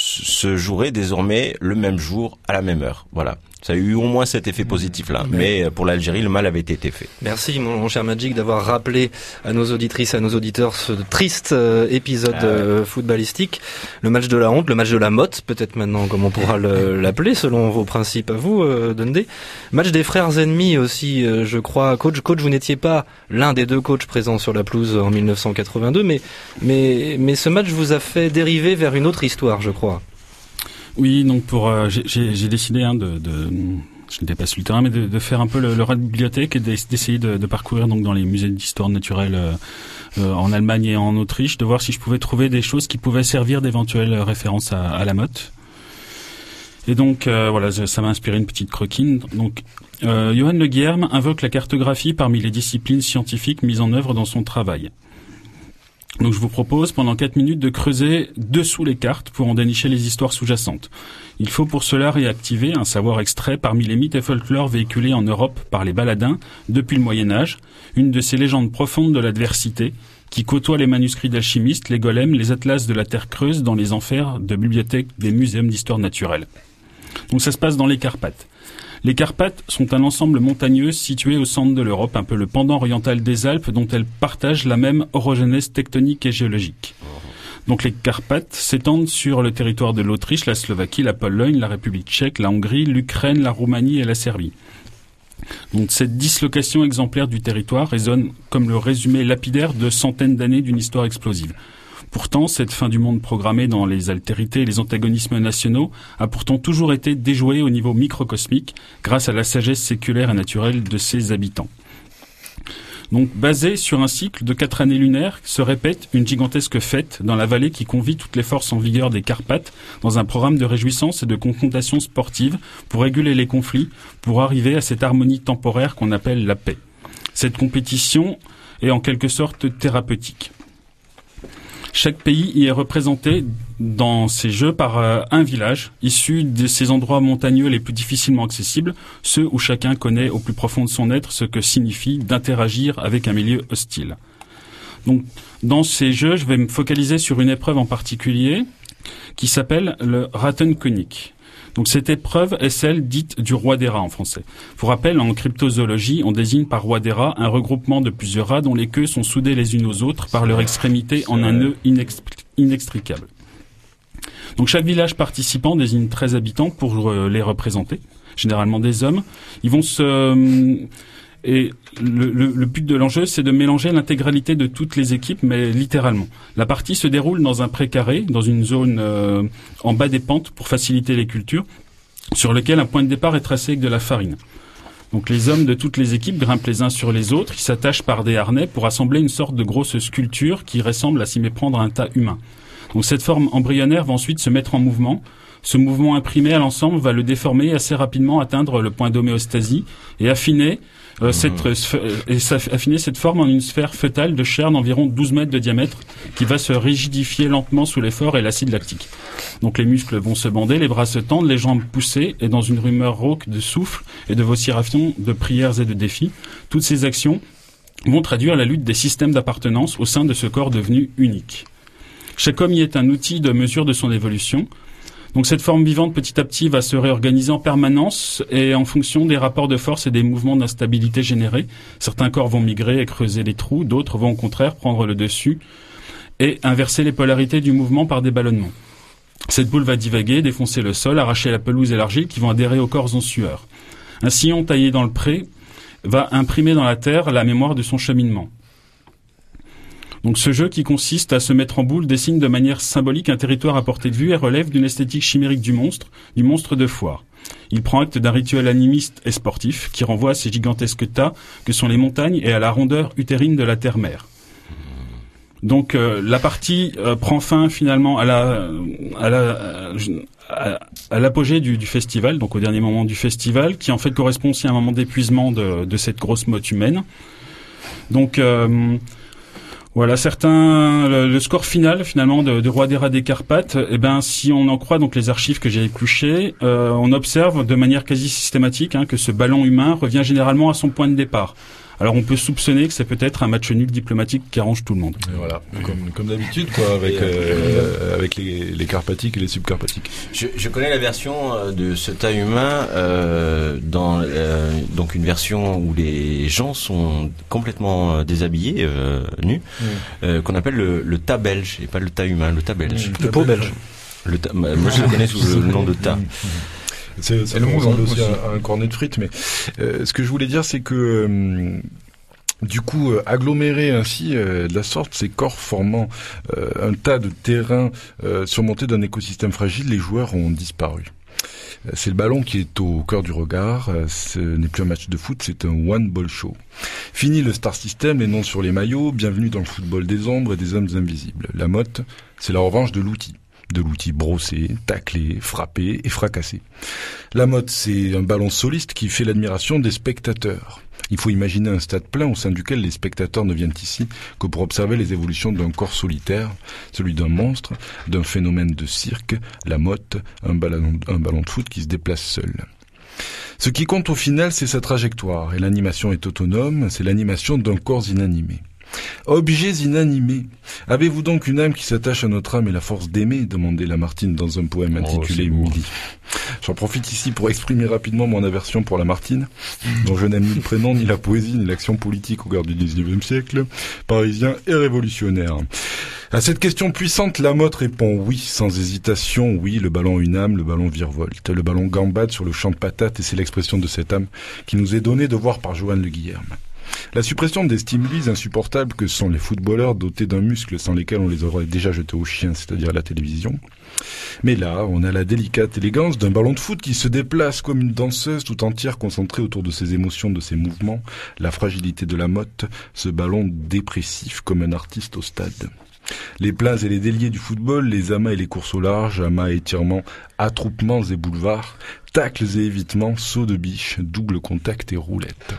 se joueraient désormais le même jour à la même heure. Voilà. Ça a eu au moins cet effet positif-là. Mais pour l'Algérie, le mal avait été fait. Merci, mon cher Magic, d'avoir rappelé à nos auditrices, à nos auditeurs, ce triste euh, épisode ah ouais. euh, footballistique. Le match de la honte, le match de la motte, peut-être maintenant, comme on pourra le, l'appeler, selon vos principes à vous, euh, Dundee. Match des frères ennemis aussi, euh, je crois. Coach, coach, vous n'étiez pas l'un des deux coachs présents sur la pelouse en mille neuf cent quatre-vingt-deux, mais, mais, mais ce match vous a fait dériver vers une autre histoire, je crois. Oui, donc pour euh, j'ai, j'ai décidé hein, de, de je n'étais pas sur le terrain, mais de, de faire un peu le, le rat de bibliothèque et d'essayer de, de parcourir donc dans les musées d'histoire naturelle euh, euh, en Allemagne et en Autriche, de voir si je pouvais trouver des choses qui pouvaient servir d'éventuelles références à, à la motte. Et donc euh, voilà, ça m'a inspiré une petite croquine. Donc euh, Johann Le Guilherme invoque la cartographie parmi les disciplines scientifiques mises en œuvre dans son travail. Donc je vous propose pendant quatre minutes de creuser dessous les cartes pour en dénicher les histoires sous-jacentes. Il faut pour cela réactiver un savoir extrait parmi les mythes et folklores véhiculés en Europe par les baladins depuis le Moyen-Âge, une de ces légendes profondes de l'adversité qui côtoie les manuscrits d'alchimistes, les golems, les atlas de la terre creuse dans les enfers de bibliothèques des muséums d'histoire naturelle. Donc ça se passe dans les Carpates. Les Carpates sont un ensemble montagneux situé au centre de l'Europe, un peu le pendant oriental des Alpes dont elles partagent la même orogénèse tectonique et géologique. Donc les Carpates s'étendent sur le territoire de l'Autriche, la Slovaquie, la Pologne, la République tchèque, la Hongrie, l'Ukraine, la Roumanie et la Serbie. Donc cette dislocation exemplaire du territoire résonne comme le résumé lapidaire de centaines d'années d'une histoire explosive. Pourtant, cette fin du monde programmée dans les altérités et les antagonismes nationaux a pourtant toujours été déjouée au niveau microcosmique grâce à la sagesse séculaire et naturelle de ses habitants. Donc, basé sur un cycle de quatre années lunaires, se répète une gigantesque fête dans la vallée qui convie toutes les forces en vigueur des Carpates dans un programme de réjouissance et de confrontation sportive pour réguler les conflits, pour arriver à cette harmonie temporaire qu'on appelle la paix. Cette compétition est en quelque sorte thérapeutique. Chaque pays y est représenté dans ces jeux par euh, un village issu de ces endroits montagneux les plus difficilement accessibles, ceux où chacun connaît au plus profond de son être ce que signifie d'interagir avec un milieu hostile. Donc, dans ces jeux, je vais me focaliser sur une épreuve en particulier qui s'appelle le Rattenkönig. Donc cette épreuve est celle dite du roi des rats en français. Pour rappel, en cryptozoologie, on désigne par roi des rats un regroupement de plusieurs rats dont les queues sont soudées les unes aux autres par leur extrémité en un nœud inexpli- inextricable. Donc chaque village participant désigne treize habitants pour euh, les représenter. généralement des hommes. Ils vont se... Et le, le, le but de l'enjeu, c'est de mélanger l'intégralité de toutes les équipes, mais littéralement. La partie se déroule dans un pré-carré, dans une zone euh, en bas des pentes pour faciliter les cultures, sur lequel un point de départ est tracé avec de la farine. Donc les hommes de toutes les équipes grimpent les uns sur les autres, ils s'attachent par des harnais pour assembler une sorte de grosse sculpture qui ressemble à s'y méprendre à un tas humain. Donc cette forme embryonnaire va ensuite se mettre en mouvement. Ce mouvement imprimé à l'ensemble va le déformer et assez rapidement atteindre le point d'homéostasie et affiner Euh, cette, euh, et affiner cette forme en une sphère fœtale de chair d'environ douze mètres de diamètre qui va se rigidifier lentement sous l'effort et l'acide lactique. Donc les muscles vont se bander, les bras se tendent, les jambes pousser et dans une rumeur rauque de souffle et de vociférations, de prières et de défis, toutes ces actions vont traduire la lutte des systèmes d'appartenance au sein de ce corps devenu unique. Chaque homme y est un outil de mesure de son évolution. Donc cette forme vivante, petit à petit, va se réorganiser en permanence et en fonction des rapports de force et des mouvements d'instabilité générés. Certains corps vont migrer et creuser les trous, d'autres vont au contraire prendre le dessus et inverser les polarités du mouvement par des ballonnements. Cette boule va divaguer, défoncer le sol, arracher la pelouse et l'argile qui vont adhérer aux corps en sueur. Un sillon taillé dans le pré va imprimer dans la terre la mémoire de son cheminement. Donc ce jeu qui consiste à se mettre en boule dessine de manière symbolique un territoire à portée de vue et relève d'une esthétique chimérique du monstre, du monstre de foire. Il prend acte d'un rituel animiste et sportif qui renvoie à ces gigantesques tas que sont les montagnes et à la rondeur utérine de la terre-mère. Donc euh, la partie euh, prend fin finalement à la à la à, à l'apogée du, du festival, donc au dernier moment du festival, qui en fait correspond aussi à un moment d'épuisement de, de cette grosse motte humaine. Donc euh, Voilà, certains, le, le score final finalement de, de Roi des Rats des Carpates, eh ben si on en croit donc les archives que j'ai épluchées, euh, on observe de manière quasi systématique hein, que ce ballon humain revient généralement à son point de départ. Alors on peut soupçonner que c'est peut-être un match nul diplomatique qui arrange tout le monde. Et voilà, comme, comme d'habitude quoi, avec euh, avec les, les carpathiques et les subcarpathiques. Je, je connais la version de ce tas humain, euh, dans euh, donc une version où les gens sont complètement déshabillés, euh, nus, mmh. euh, qu'on appelle le, le tas belge et pas le tas humain, le tas belge. Mmh. Le pot belge. Le tas, moi je le connais sous le nom de tas. Mmh. C'est, ça me ressemble aussi à un, un cornet de frites, mais euh, ce que je voulais dire, c'est que euh, du coup, euh, agglomérer ainsi euh, de la sorte ces corps formant euh, un tas de terrain euh, surmonté d'un écosystème fragile, les joueurs ont disparu. Euh, c'est le ballon qui est au cœur du regard. Euh, ce n'est plus un match de foot, c'est un one-ball show. Fini le star system, les noms sur les maillots. Bienvenue dans le football des ombres et des hommes invisibles. La motte, c'est la revanche de l'outil. De l'outil brossé, taclé, frappé et fracassé. La motte, c'est un ballon soliste qui fait l'admiration des spectateurs. Il faut imaginer un stade plein au sein duquel les spectateurs ne viennent ici que pour observer les évolutions d'un corps solitaire, celui d'un monstre, d'un phénomène de cirque, la motte, un ballon, un ballon de foot qui se déplace seul. Ce qui compte au final, c'est sa trajectoire, et l'animation est autonome, c'est l'animation d'un corps inanimé. Objets inanimés. Avez-vous donc une âme qui s'attache à notre âme et la force d'aimer ? Demandait Lamartine dans un poème intitulé oh, Midi. J'en profite ici pour exprimer rapidement mon aversion pour Lamartine, dont je n'aime ni le prénom, ni la poésie, ni l'action politique au cœur du dix-neuvième siècle, parisien et révolutionnaire. À cette question puissante, Lamotte répond oui, sans hésitation, oui, le ballon a une âme, le ballon virevolte, le ballon gambade sur le champ de patates, et c'est l'expression de cette âme qui nous est donnée de voir par Joanne Le Guilherme. La suppression des stimuli insupportables que sont les footballeurs dotés d'un muscle sans lesquels on les aurait déjà jetés aux chiens, c'est-à-dire à la télévision. Mais là, on a la délicate élégance d'un ballon de foot qui se déplace comme une danseuse tout entière concentrée autour de ses émotions, de ses mouvements, la fragilité de la motte, ce ballon dépressif comme un artiste au stade. Les plats et les déliés du football, les amas et les courses au large, amas et étirements, attroupements et boulevards, tacles et évitements, sauts de biche, double contact et roulette.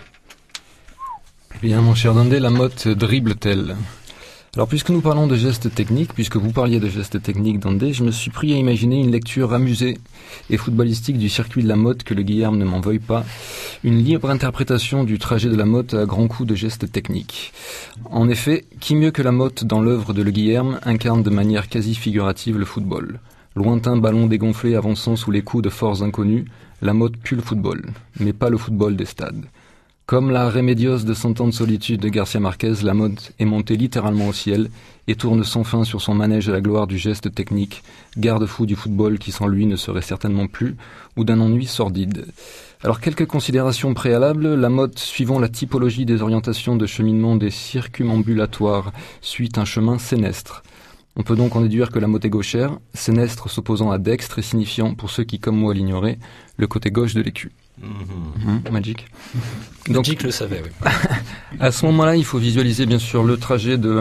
Bien, mon cher Dandé, la motte dribble-t-elle ? Alors, puisque nous parlons de gestes techniques, puisque vous parliez de gestes techniques, Dandé, je me suis pris à imaginer une lecture amusée et footballistique du circuit de la motte, que le Guilherme ne m'en veuille pas, une libre interprétation du trajet de la motte à grands coups de gestes techniques. En effet, qui mieux que la motte dans l'œuvre de le Guilherme incarne de manière quasi figurative le football. Lointain ballon dégonflé avançant sous les coups de forces inconnues, la motte pue le football, mais pas le football des stades. Comme la Remedios de Cent ans de solitude de Garcia Marquez, la mode est montée littéralement au ciel et tourne sans fin sur son manège à la gloire du geste technique, garde-fou du football qui sans lui ne serait certainement plus, ou d'un ennui sordide. Alors quelques considérations préalables, la mode suivant la typologie des orientations de cheminement des circumambulatoires suit un chemin sénestre. On peut donc en déduire que la mode est gauchère, sénestre s'opposant à dextre et signifiant, pour ceux qui comme moi l'ignoraient, le côté gauche de l'écu. Mmh, Magic. Donc, Magic le savait, oui. À ce moment-là, il faut visualiser bien sûr le trajet de,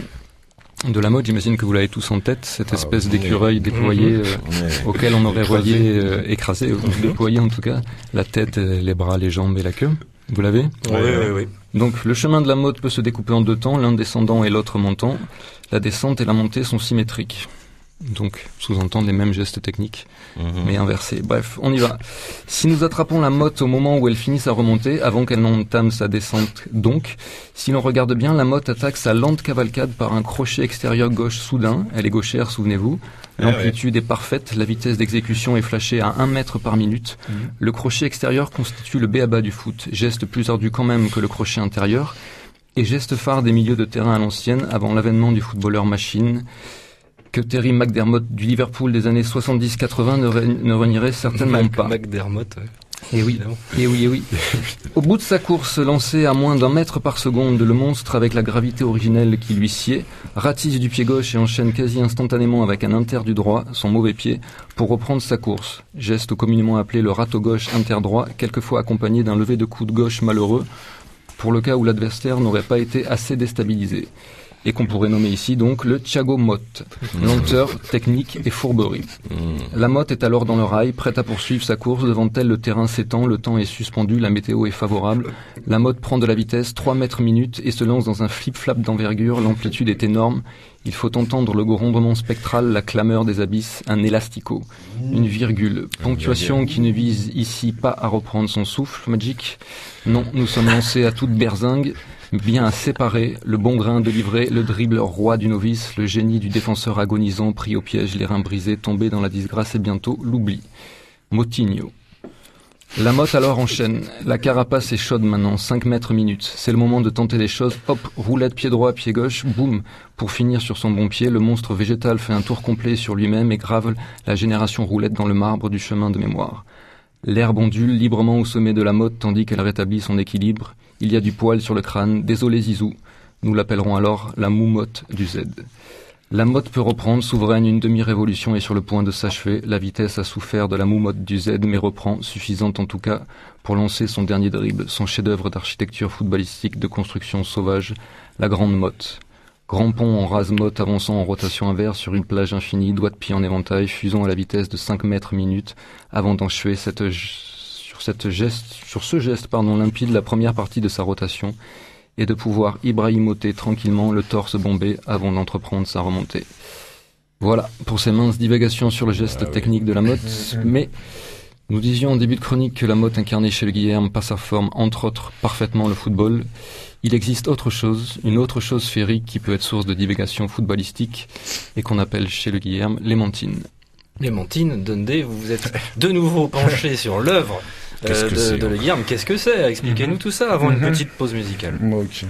de la mode. J'imagine que vous l'avez tous en tête, cette ah, espèce d'écureuil déployé mmh. euh, auquel on aurait relié, euh, écrasé, euh, mmh. déployé en tout cas, la tête, les bras, les jambes et la queue. Vous l'avez ? Oui, oui, oui. Donc le chemin de la mode peut se découper en deux temps, l'un descendant et l'autre montant. La descente et la montée sont symétriques. Donc, sous-entendre les mêmes gestes techniques, mmh. mais inversés. Bref, on y va. Si nous attrapons la motte au moment où elle finit sa remontée, avant qu'elle n'entame sa descente donc, si l'on regarde bien, la motte attaque sa lente cavalcade par un crochet extérieur gauche soudain. Elle est gauchère, souvenez-vous. L'amplitude ah ouais. est parfaite, la vitesse d'exécution est flashée à un mètre par minute. Mmh. Le crochet extérieur constitue le b a-ba du foot, geste plus ardu quand même que le crochet intérieur, et geste phare des milieux de terrain à l'ancienne, avant l'avènement du footballeur machine, que Terry McDermott du Liverpool des années soixante-dix quatre-vingts ne, re- ne renierait certainement Mac- pas. McDermott, ouais. Et oui, et oui, et oui. Au bout de sa course lancée à moins d'un mètre par seconde, le monstre, avec la gravité originelle qui lui sied, ratisse du pied gauche et enchaîne quasi instantanément avec un inter du droit, son mauvais pied, pour reprendre sa course. Geste communément appelé le râteau gauche inter-droit, quelquefois accompagné d'un lever de coude gauche malheureux, pour le cas où l'adversaire n'aurait pas été assez déstabilisé. Et qu'on pourrait nommer ici donc le Thiago Motte, lenteur, technique et fourberie. La Motte est alors dans le rail, prête à poursuivre sa course. Devant elle, le terrain s'étend, le temps est suspendu, la météo est favorable. La Motte prend de la vitesse, trois mètres minute, et se lance dans un flip-flap d'envergure. L'amplitude est énorme. Il faut entendre le grondement spectral, la clameur des abysses, un élastico, une virgule, ponctuation qui ne vise ici pas à reprendre son souffle, Magic. Non, nous sommes lancés à toute berzingue, bien à séparer le bon grain de livret, le dribbleur roi du novice, le génie du défenseur agonisant, pris au piège, les reins brisés, tombé dans la disgrâce et bientôt l'oubli. Motinho. La motte alors enchaîne. La carapace est chaude maintenant, cinq mètres minute. C'est le moment de tenter des choses. Hop, roulette pied droit, pied gauche, boum. Pour finir sur son bon pied, le monstre végétal fait un tour complet sur lui-même et grave la génération roulette dans le marbre du chemin de mémoire. L'herbe ondule librement au sommet de la motte tandis qu'elle rétablit son équilibre. Il y a du poil sur le crâne. Désolé Zizou. Nous l'appellerons alors la moumotte du Z. La motte peut reprendre, souveraine, une demi-révolution est sur le point de s'achever. La vitesse a souffert de la moumotte du Z, mais reprend, suffisante en tout cas, pour lancer son dernier dribble, son chef-d'œuvre d'architecture footballistique de construction sauvage, la grande motte. Grand pont en rase-motte avançant en rotation inverse sur une plage infinie, doigt de pied en éventail, fusant à la vitesse de cinq mètres minute, avant d'enchever cette, sur, cette geste, sur ce geste pardon, limpide la première partie de sa rotation, et de pouvoir ibrahimoter tranquillement le torse bombé avant d'entreprendre sa remontée. Voilà, pour ces minces divagations sur le geste ah, technique oui. de la motte, mais nous disions en début de chronique que la motte incarnée chez le Guilherme par sa forme, entre autres, parfaitement le football. Il existe autre chose, une autre chose sphérique qui peut être source de divagation footballistique et qu'on appelle chez le Guilherme l'Émantine. L'Émantine, Dundee, vous vous êtes de nouveau penché sur l'œuvre Euh, de, de Le Guilherme. Qu'est-ce que c'est ? Expliquez-nous mm-hmm. tout ça avant mm-hmm. une petite pause musicale. Ok.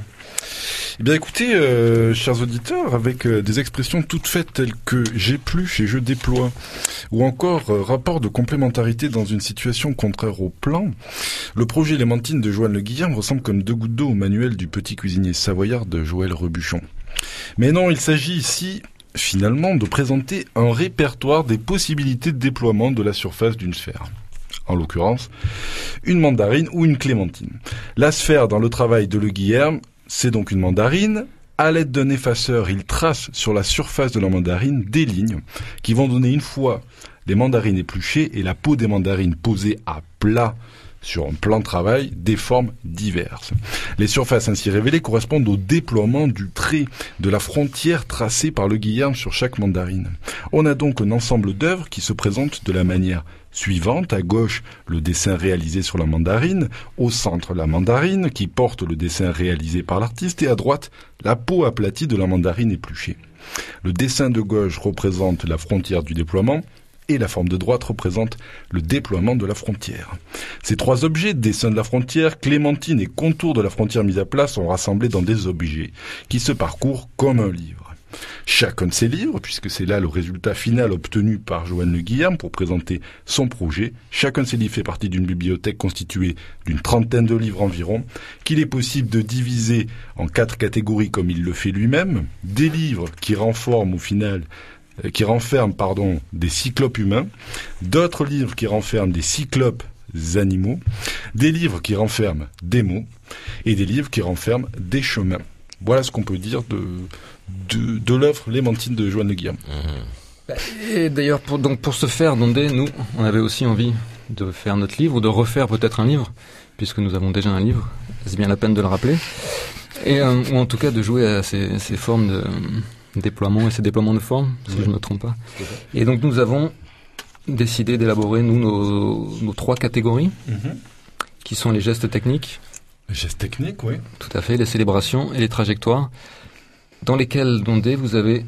Eh bien écoutez, euh, chers auditeurs, avec euh, des expressions toutes faites telles que « j'épluche et je déploie » ou encore euh, « rapport de complémentarité dans une situation contraire au plan », le projet L'Émantine de Joanne Le Guilherme ressemble comme deux gouttes d'eau au manuel du petit cuisinier savoyard de Joël Rebuchon. Mais non, il s'agit ici finalement de présenter un répertoire des possibilités de déploiement de la surface d'une sphère. En l'occurrence, une mandarine ou une clémentine. La sphère, dans le travail de Le Guilherme, c'est donc une mandarine. À l'aide d'un effaceur, il trace sur la surface de la mandarine des lignes qui vont donner une fois les mandarines épluchées et la peau des mandarines posée à plat sur un plan de travail des formes diverses. Les surfaces ainsi révélées correspondent au déploiement du trait de la frontière tracée par Le Guilherme sur chaque mandarine. On a donc un ensemble d'œuvres qui se présentent de la manière suivante. À gauche, le dessin réalisé sur la mandarine, au centre, la mandarine qui porte le dessin réalisé par l'artiste, et à droite, la peau aplatie de la mandarine épluchée. Le dessin de gauche représente la frontière du déploiement, et la forme de droite représente le déploiement de la frontière. Ces trois objets, dessin de la frontière, clémentine et contour de la frontière mise à plat, sont rassemblés dans des objets qui se parcourent comme un livre. Chacun de ces livres, puisque c'est là le résultat final obtenu par Joanne Le Guilherme pour présenter son projet, chacun de ces livres fait partie d'une bibliothèque constituée d'une trentaine de livres environ, qu'il est possible de diviser en quatre catégories comme il le fait lui-même, des livres qui renforment au final qui renferment pardon, des cyclopes humains, d'autres livres qui renferment des cyclopes animaux, des livres qui renferment des mots, et des livres qui renferment des chemins. Voilà ce qu'on peut dire de, de, de l'œuvre Lémentine de Joanne Le Guilherme. Et d'ailleurs, pour, donc pour ce faire, Dondé, nous, on avait aussi envie de faire notre livre, ou de refaire peut-être un livre, puisque nous avons déjà un livre, c'est bien la peine de le rappeler, et, euh, ou en tout cas de jouer à ces, ces formes de... déploiement et ces déploiements de forme, si ouais. je ne me trompe pas. Et donc nous avons décidé d'élaborer, nous, nos, nos trois catégories, mm-hmm. qui sont les gestes techniques. Les gestes techniques, oui. Tout à fait, les célébrations et les trajectoires, dans lesquelles, Dondé, vous avez...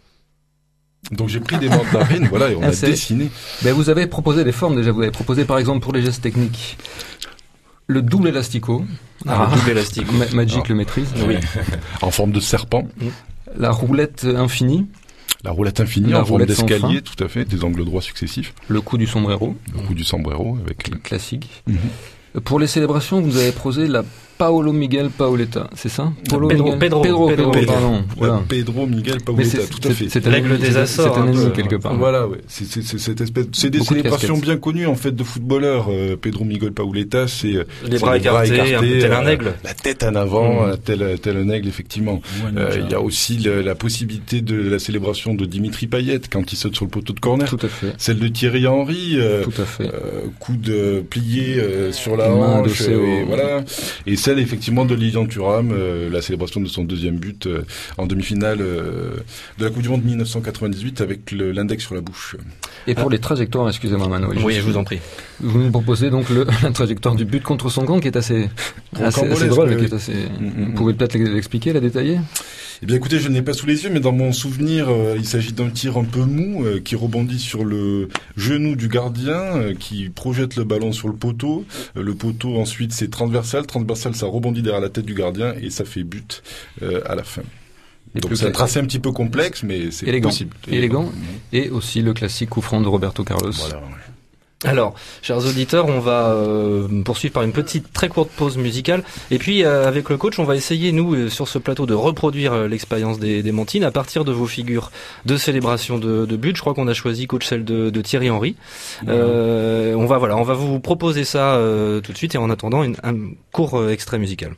Donc j'ai pris des mandarines, voilà, et on ah, a dessiné. Ben, vous avez proposé des formes déjà, vous avez proposé par exemple pour les gestes techniques, le double élastico. Ah, le double élastico. Ma- Magic ah. le maîtrise. Oui. En forme de serpent. Mm. La roulette infinie. La roulette infinie la en forme roulette d'escalier, tout à fait, des angles droits successifs. Le coup du sombrero. Le coup du sombrero avec le classique. Mm-hmm. Pour les célébrations, vous avez proposé la Paolo Miguel Paoletta, c'est ça? Paolo Pedro, Miguel, Pedro, Pedro, Pedro, Pedro, Pedro, pardon. Voilà. Pedro Miguel Paoletta, tout à fait. C'est l'aigle des Açores. C'est un ennemi hein, quelque part. Voilà, ouais. C'est, c'est, c'est cette espèce, c'est des Beaucoup célébrations de bien connues en fait de footballeurs. Euh, Pedro Miguel Paoletta, c'est les c'est bras écartés, écartés un peu tel un aigle, euh, la tête en avant, mmh. tel tel un aigle effectivement. Il euh, y a aussi le, la possibilité de la célébration de Dimitri Payet quand il saute sur le poteau de corner. Tout à fait. Celle de Thierry Henry. Euh, Tout à fait. Euh, coude plié euh, sur la hanche. Et, voilà. Et celle effectivement de Lilian Thuram, euh, la célébration de son deuxième but euh, en demi-finale euh, de la Coupe du Monde mille neuf cent quatre-vingt-dix-huit avec le, l'index sur la bouche. Et pour ah. les trajectoires, excusez-moi Manuel. Oui, je vous en prie. Vous nous proposez donc le, la trajectoire du but contre son camp qui est assez, assez, assez drôle, oui. qui est assez. Mm-hmm. Vous pouvez peut-être l'expliquer, la détailler? Eh bien, écoutez, je ne l'ai pas sous les yeux, mais dans mon souvenir, euh, il s'agit d'un tir un peu mou euh, qui rebondit sur le genou du gardien, euh, qui projette le ballon sur le poteau. Euh, le poteau, ensuite, c'est transversal. Transversal, ça rebondit derrière la tête du gardien et ça fait but euh, à la fin. Et donc, c'est un tracé un petit peu complexe, mais c'est élégant. possible. Élégant. Élégant. Et aussi le classique coup franc de Roberto Carlos. Voilà, ouais. Alors, chers auditeurs, on va euh, poursuivre par une petite très courte pause musicale. Et puis, euh, avec le coach, on va essayer, nous, euh, sur ce plateau, de reproduire euh, l'expérience des, des Mantines à partir de vos figures de célébration de, de but. Je crois qu'on a choisi, coach, celle de, de Thierry Henry. Euh, on va, voilà, on va vous proposer ça euh, tout de suite, et en attendant, une, un court euh, extrait musical.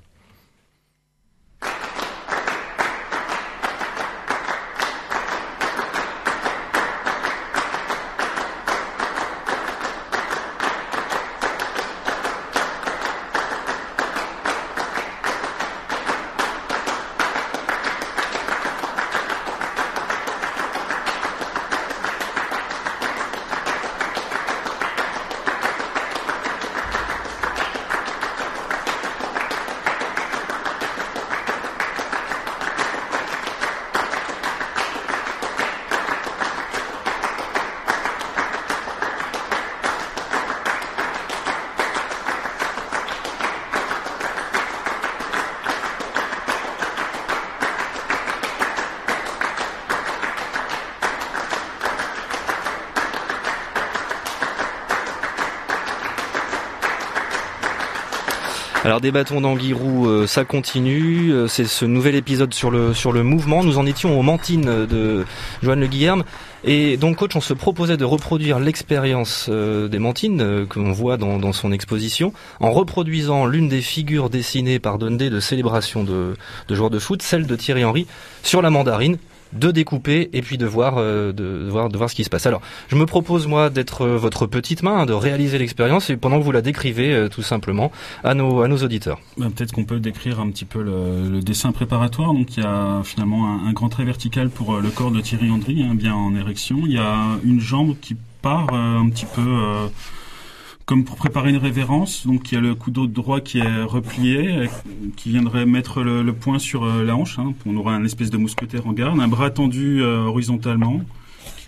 Alors des bâtons d'Anguirou, euh, ça continue. Euh, c'est ce nouvel épisode sur le sur le mouvement. Nous en étions aux Mantines de Joanne Le Guilherme. Et donc, coach, on se proposait de reproduire l'expérience euh, des Mantines euh, que l'on voit dans, dans son exposition, en reproduisant l'une des figures dessinées par Dondé de célébration de, de joueurs de foot, celle de Thierry Henry, sur la mandarine, de découper et puis de voir, euh, de, de voir, de voir ce qui se passe. Alors, je me propose moi d'être euh, votre petite main, hein, de réaliser l'expérience et pendant que vous la décrivez, euh, tout simplement, à nos à nos auditeurs. Ben, peut-être qu'on peut décrire un petit peu le, le dessin préparatoire. Donc, il y a finalement un, un grand trait vertical pour euh, le corps de Thierry Henry, hein, bien en érection. Il y a une jambe qui part euh, un petit peu euh, comme pour préparer une révérence. Donc, il y a le coude droit qui est replié, qui viendrait mettre le, le poing sur euh, la hanche. Hein. On aura un espèce de mousquetaire en garde, un bras tendu euh, horizontalement, qui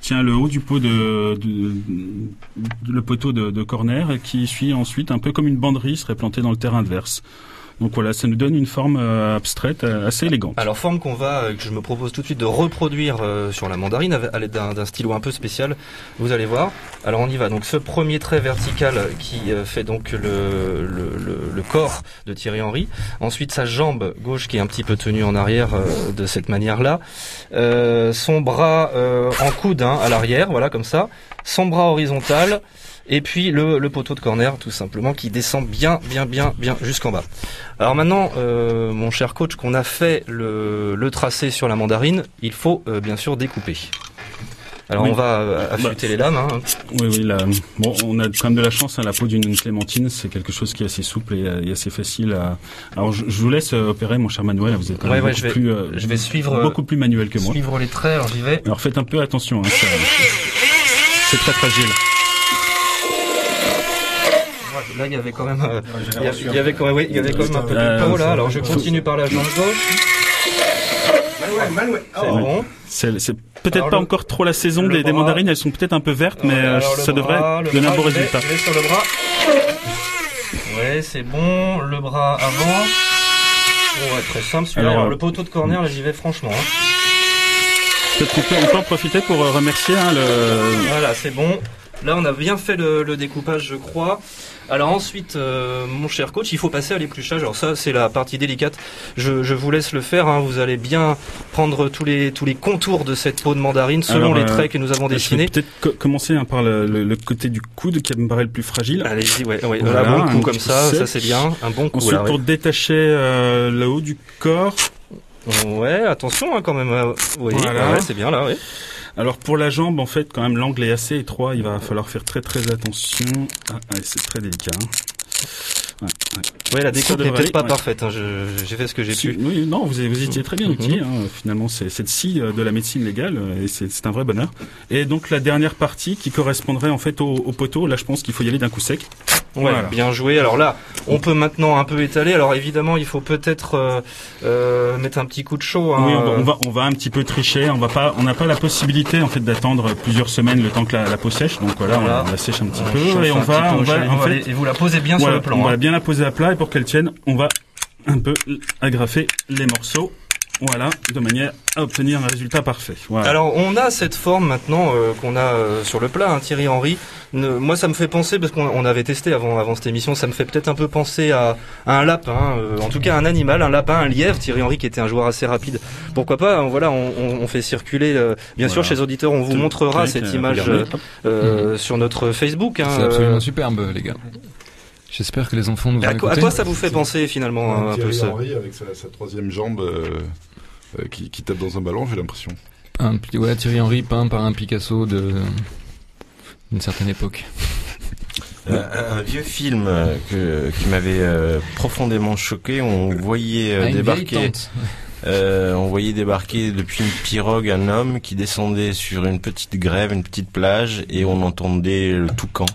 tient le haut du pot de, de, de le poteau de, de corner et qui suit ensuite un peu comme une banderille serait plantée dans le terrain adverse. Donc voilà, ça nous donne une forme euh, abstraite euh, assez élégante. Alors forme qu'on va, euh, que je me propose tout de suite de reproduire euh, sur la mandarine à l'aide d'un, d'un stylo un peu spécial. Vous allez voir. Alors on y va. Donc ce premier trait vertical qui euh, fait donc le, le, le, le corps de Thierry Henry. Ensuite sa jambe gauche qui est un petit peu tenue en arrière euh, de cette manière-là. Euh, son bras euh, en coude hein, à l'arrière, voilà comme ça. Son bras horizontal. Et puis le, le poteau de corner, tout simplement, qui descend bien, bien, bien, bien jusqu'en bas. Alors maintenant, euh, mon cher coach, qu'on a fait le, le tracé sur la mandarine, il faut euh, bien sûr découper. Alors oui. on va euh, affûter bah, les lames. Hein. Oui, oui. La, bon, on a quand même de la chance. Hein, la peau d'une clémentine, c'est quelque chose qui est assez souple et, et assez facile à. Alors je, je vous laisse opérer, mon cher Manuel. Vous êtes quand même ouais, beaucoup ouais, je vais, plus, euh, je vais suivre, beaucoup plus manuel que moi. Suivre les traits. Alors j'y vais. Alors faites un peu attention. Hein, ça, c'est très fragile. Là, il y avait quand même, euh, il y avait, il y avait quand même, oui, il y avait quand même un peu de peau là. Alors, je continue par la jambe gauche. Manuel, Manuel. C'est bon. C'est, c'est peut-être alors pas le, encore trop la saison des, des mandarines. Elles sont peut-être un peu vertes, mais alors, ça devrait bras, donner un beau résultat. Je vais sur le bras. Ouais, c'est bon. Le bras avant. Ouais, très simple. Celui-là. Alors, alors, le poteau de corner, là, j'y vais franchement. Hein. Peut-être qu'on peut, on peut en profiter pour remercier hein, le. Voilà, c'est bon. Là, on a bien fait le, le découpage, je crois. Alors ensuite, euh, mon cher coach, il faut passer à l'épluchage. Alors ça, c'est la partie délicate. Je, je vous laisse le faire. Hein. Vous allez bien prendre tous les tous les contours de cette peau de mandarine selon Alors, les traits euh, que nous avons dessinés. Je vais peut-être co- commencer hein, par le, le, le côté du coude qui me paraît le plus fragile. Allez-y, ouais, ouais. Voilà, un bon coup un comme ça, sec. Ça c'est bien. Un bon coup. Ensuite, là, ouais. pour détacher euh, le haut du corps. Ouais, attention hein, quand même. Oui, voilà. Ouais, c'est bien là. Ouais. Alors pour la jambe, en fait, quand même, l'angle est assez étroit. Il va falloir faire très très attention. Ah, ouais, c'est très délicat. Hein. Ouais, ouais. ouais, la découpe n'est peut-être pas ouais. parfaite. Hein. Je, j'ai fait ce que j'ai si, pu. Oui, non, vous, vous étiez très bien outillé. Hein. Finalement, c'est, c'est de scie de la médecine légale et c'est, c'est un vrai bonheur. Et donc la dernière partie qui correspondrait en fait au, au poteau. Là, je pense qu'il faut y aller d'un coup sec. Ouais, voilà. Bien joué. Alors là, on peut maintenant un peu étaler. Alors évidemment, il faut peut-être euh, euh, mettre un petit coup de chaud. Hein. Oui, on va, on va, on va un petit peu tricher. On va pas, on n'a pas la possibilité en fait d'attendre plusieurs semaines le temps que la, la peau sèche. Donc voilà, voilà. On, on la sèche un petit on peu et on va, on va, en fait, et vous la posez bien voilà, sur le plan. On hein. va bien la poser à plat et pour qu'elle tienne, on va un peu agrafer les morceaux. Voilà, de manière à obtenir un résultat parfait. Voilà. Alors, on a cette forme maintenant euh, qu'on a euh, sur le plat, hein, Thierry Henry. Ne, moi, ça me fait penser, parce qu'on on avait testé avant, avant cette émission, ça me fait peut-être un peu penser à, à un lapin, euh, en tout cas un animal, un lapin, un lièvre. Thierry Henry qui était un joueur assez rapide. Pourquoi pas, hein, voilà, on, on, on fait circuler, euh, bien voilà. sûr, chez les auditeurs, on vous tout montrera oui, cette image euh, euh, mmh. sur notre Facebook. Hein, C'est absolument euh... superbe, les gars. J'espère que les enfants nous vont écouter. À quoi ça vous fait penser finalement un, un peu ça Henry avec sa, sa troisième jambe euh, euh, qui, qui tape dans un ballon, j'ai l'impression. Un, ouais, Thierry Henry peint par un Picasso de d'une certaine époque. Euh, un, un vieux film que, qui m'avait euh, profondément choqué. On voyait euh, ah, débarquer. Euh, on voyait débarquer depuis une pirogue un homme qui descendait sur une petite grève, une petite plage, et on entendait le toucan.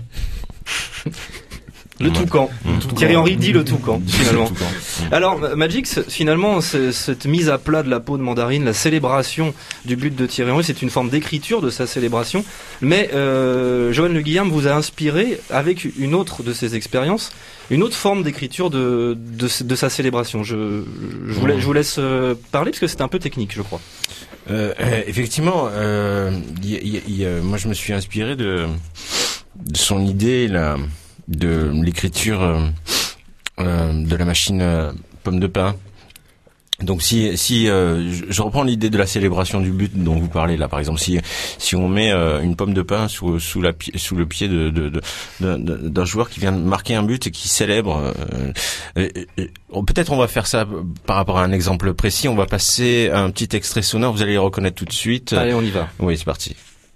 Le ouais. toucan. Mmh. Thierry Henry dit le toucan, finalement. Le toucan. Mmh. Alors, Magix, finalement, cette mise à plat de la peau de mandarine, la célébration du but de Thierry Henry, c'est une forme d'écriture de sa célébration. Mais euh, Johan Le Guilherme vous a inspiré, avec une autre de ses expériences, une autre forme d'écriture de, de, de sa célébration. Je, je, vous, la, je vous laisse parler, parce que c'est un peu technique, je crois. Euh, euh, effectivement, euh, y, y, y, moi je me suis inspiré de, de son idée, là, de l'écriture euh, euh, de la machine euh, pomme de pain. Donc si si euh, je, je reprends l'idée de la célébration du but dont vous parlez là, par exemple, si si on met euh, une pomme de pain sous sous la sous le pied de de, de, de, de d'un joueur qui vient de marquer un but et qui célèbre, euh, et, et, peut-être on va faire ça par rapport à un exemple précis. On va passer un petit extrait sonore, vous allez le reconnaître tout de suite. Allez, on y va. Oui, c'est parti.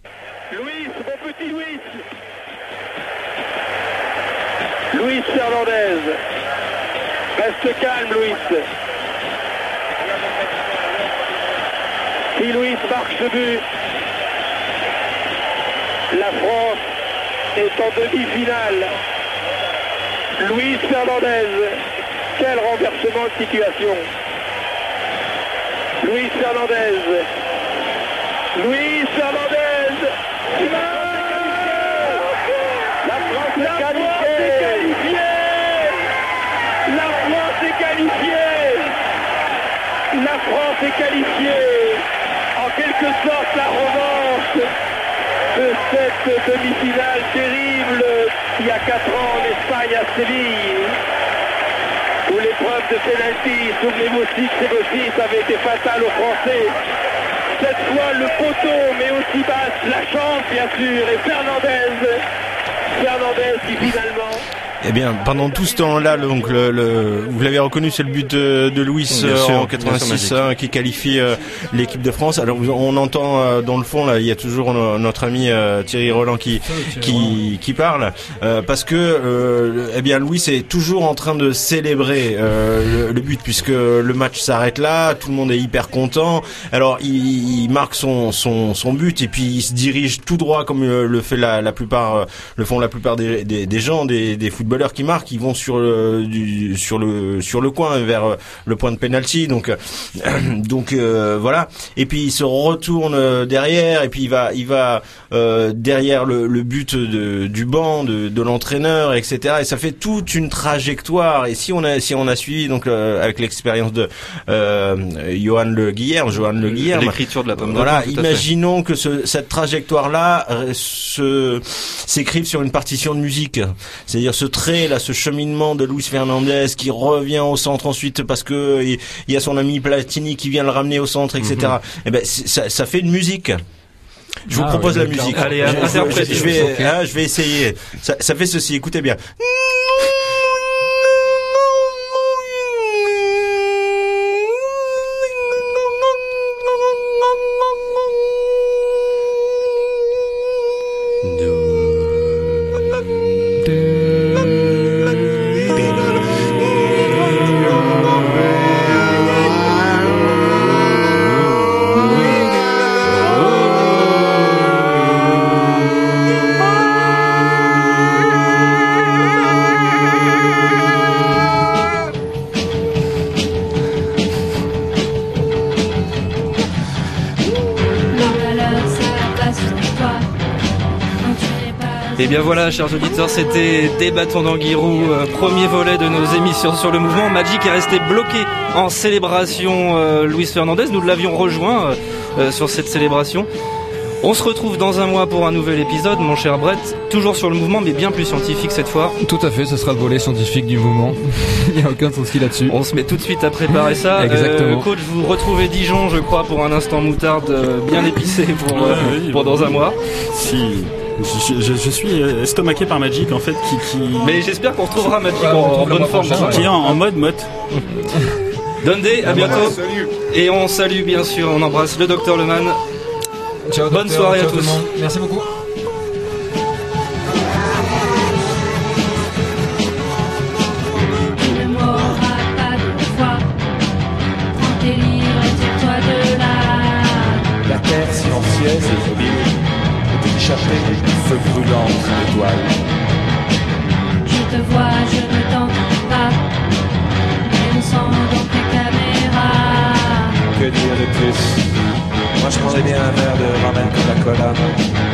Luis Fernandez. Reste calme, Luis. Si Luis marque ce but, la France est en demi-finale. Luis Fernandez, quel renversement de situation. Luis Fernandez. Luis Fernandez. France est qualifiée. En quelque sorte, la revanche de cette demi-finale terrible il y a quatre ans en Espagne à Séville, où l'épreuve de pénalty, souvenez-vous aussi que Sébastien avait été fatal aux Français. Cette fois, le poteau, mais aussi basse, la chance bien sûr, et Fernandez, Fernandez qui finalement... Eh bien, pendant tout ce temps-là, donc le, le, vous l'avez reconnu, c'est le but de, de Luis euh, sûr, en quatre-vingt-six hein, qui qualifie euh, l'équipe de France. Alors on entend euh, dans le fond là, il y a toujours no, notre ami euh, Thierry Roland qui qui, qui parle euh, parce que euh, eh bien Luis est toujours en train de célébrer euh, le, le but puisque le match s'arrête là, tout le monde est hyper content. Alors il, il marque son son son but et puis il se dirige tout droit comme le, le fait la la plupart le font la plupart des des, des gens des des footballeurs qui marquent, ils vont sur le du, sur le sur le coin vers le point de penalty, donc euh, donc euh, voilà. Et puis il se retourne derrière et puis il va il va euh, derrière le, le but de, du banc de, de l'entraîneur, et cetera. Et ça fait toute une trajectoire. Et si on a si on a suivi donc euh, avec l'expérience de euh, Johan Le Guilherme, Johan Le Guilherme, l'écriture de la pomme de voilà, terre, imaginons que ce, cette trajectoire là se s'écrive sur une partition de musique, c'est-à-dire ce là, ce cheminement de Luis Fernandez qui revient au centre ensuite parce que il y a son ami Platini qui vient le ramener au centre, et cetera. Mm-hmm. Et ben ça, ça fait une musique. Je vous ah, propose oui, la musique. Allez, je, interprète. Je, je vais, okay. hein, je vais essayer. Ça, ça fait ceci. Écoutez bien. Et bien voilà, chers auditeurs, c'était Débattons d'Anguirou, euh, premier volet de nos émissions sur le mouvement. Magic est resté bloqué en célébration euh, Luis Fernandez. Nous l'avions rejoint euh, euh, sur cette célébration. On se retrouve dans un mois pour un nouvel épisode, mon cher Brett, toujours sur le mouvement, mais bien plus scientifique cette fois. Tout à fait, ce sera le volet scientifique du mouvement. Il n'y a aucun souci là-dessus. On se met tout de suite à préparer ça. Exactement. Euh, coach, vous retrouvez Dijon, je crois, pour un instant moutarde euh, bien épicé pour, euh, oui, pour dans un mois. Si... Je, je, je suis estomaqué par Magic en fait qui, qui... Mais j'espère qu'on retrouvera Magic ouais, en, en bonne forme qui est en, en mode mode. Dundee, à bientôt. Et on salue bien sûr, on embrasse le docteur Leman. Ciao, bonne docteur, soirée ciao à tous. Merci beaucoup. Tu ne m'auras pas de foi. Prends tes livres et tire-toi de là. La terre silencieuse et immobile échappé du feu brûlant sous l'étoile. Je te vois, je ne t'entends pas, mais où sont donc les caméras? Que dire de plus? Moi je prendrais bien un verre de ramen Coca-Cola.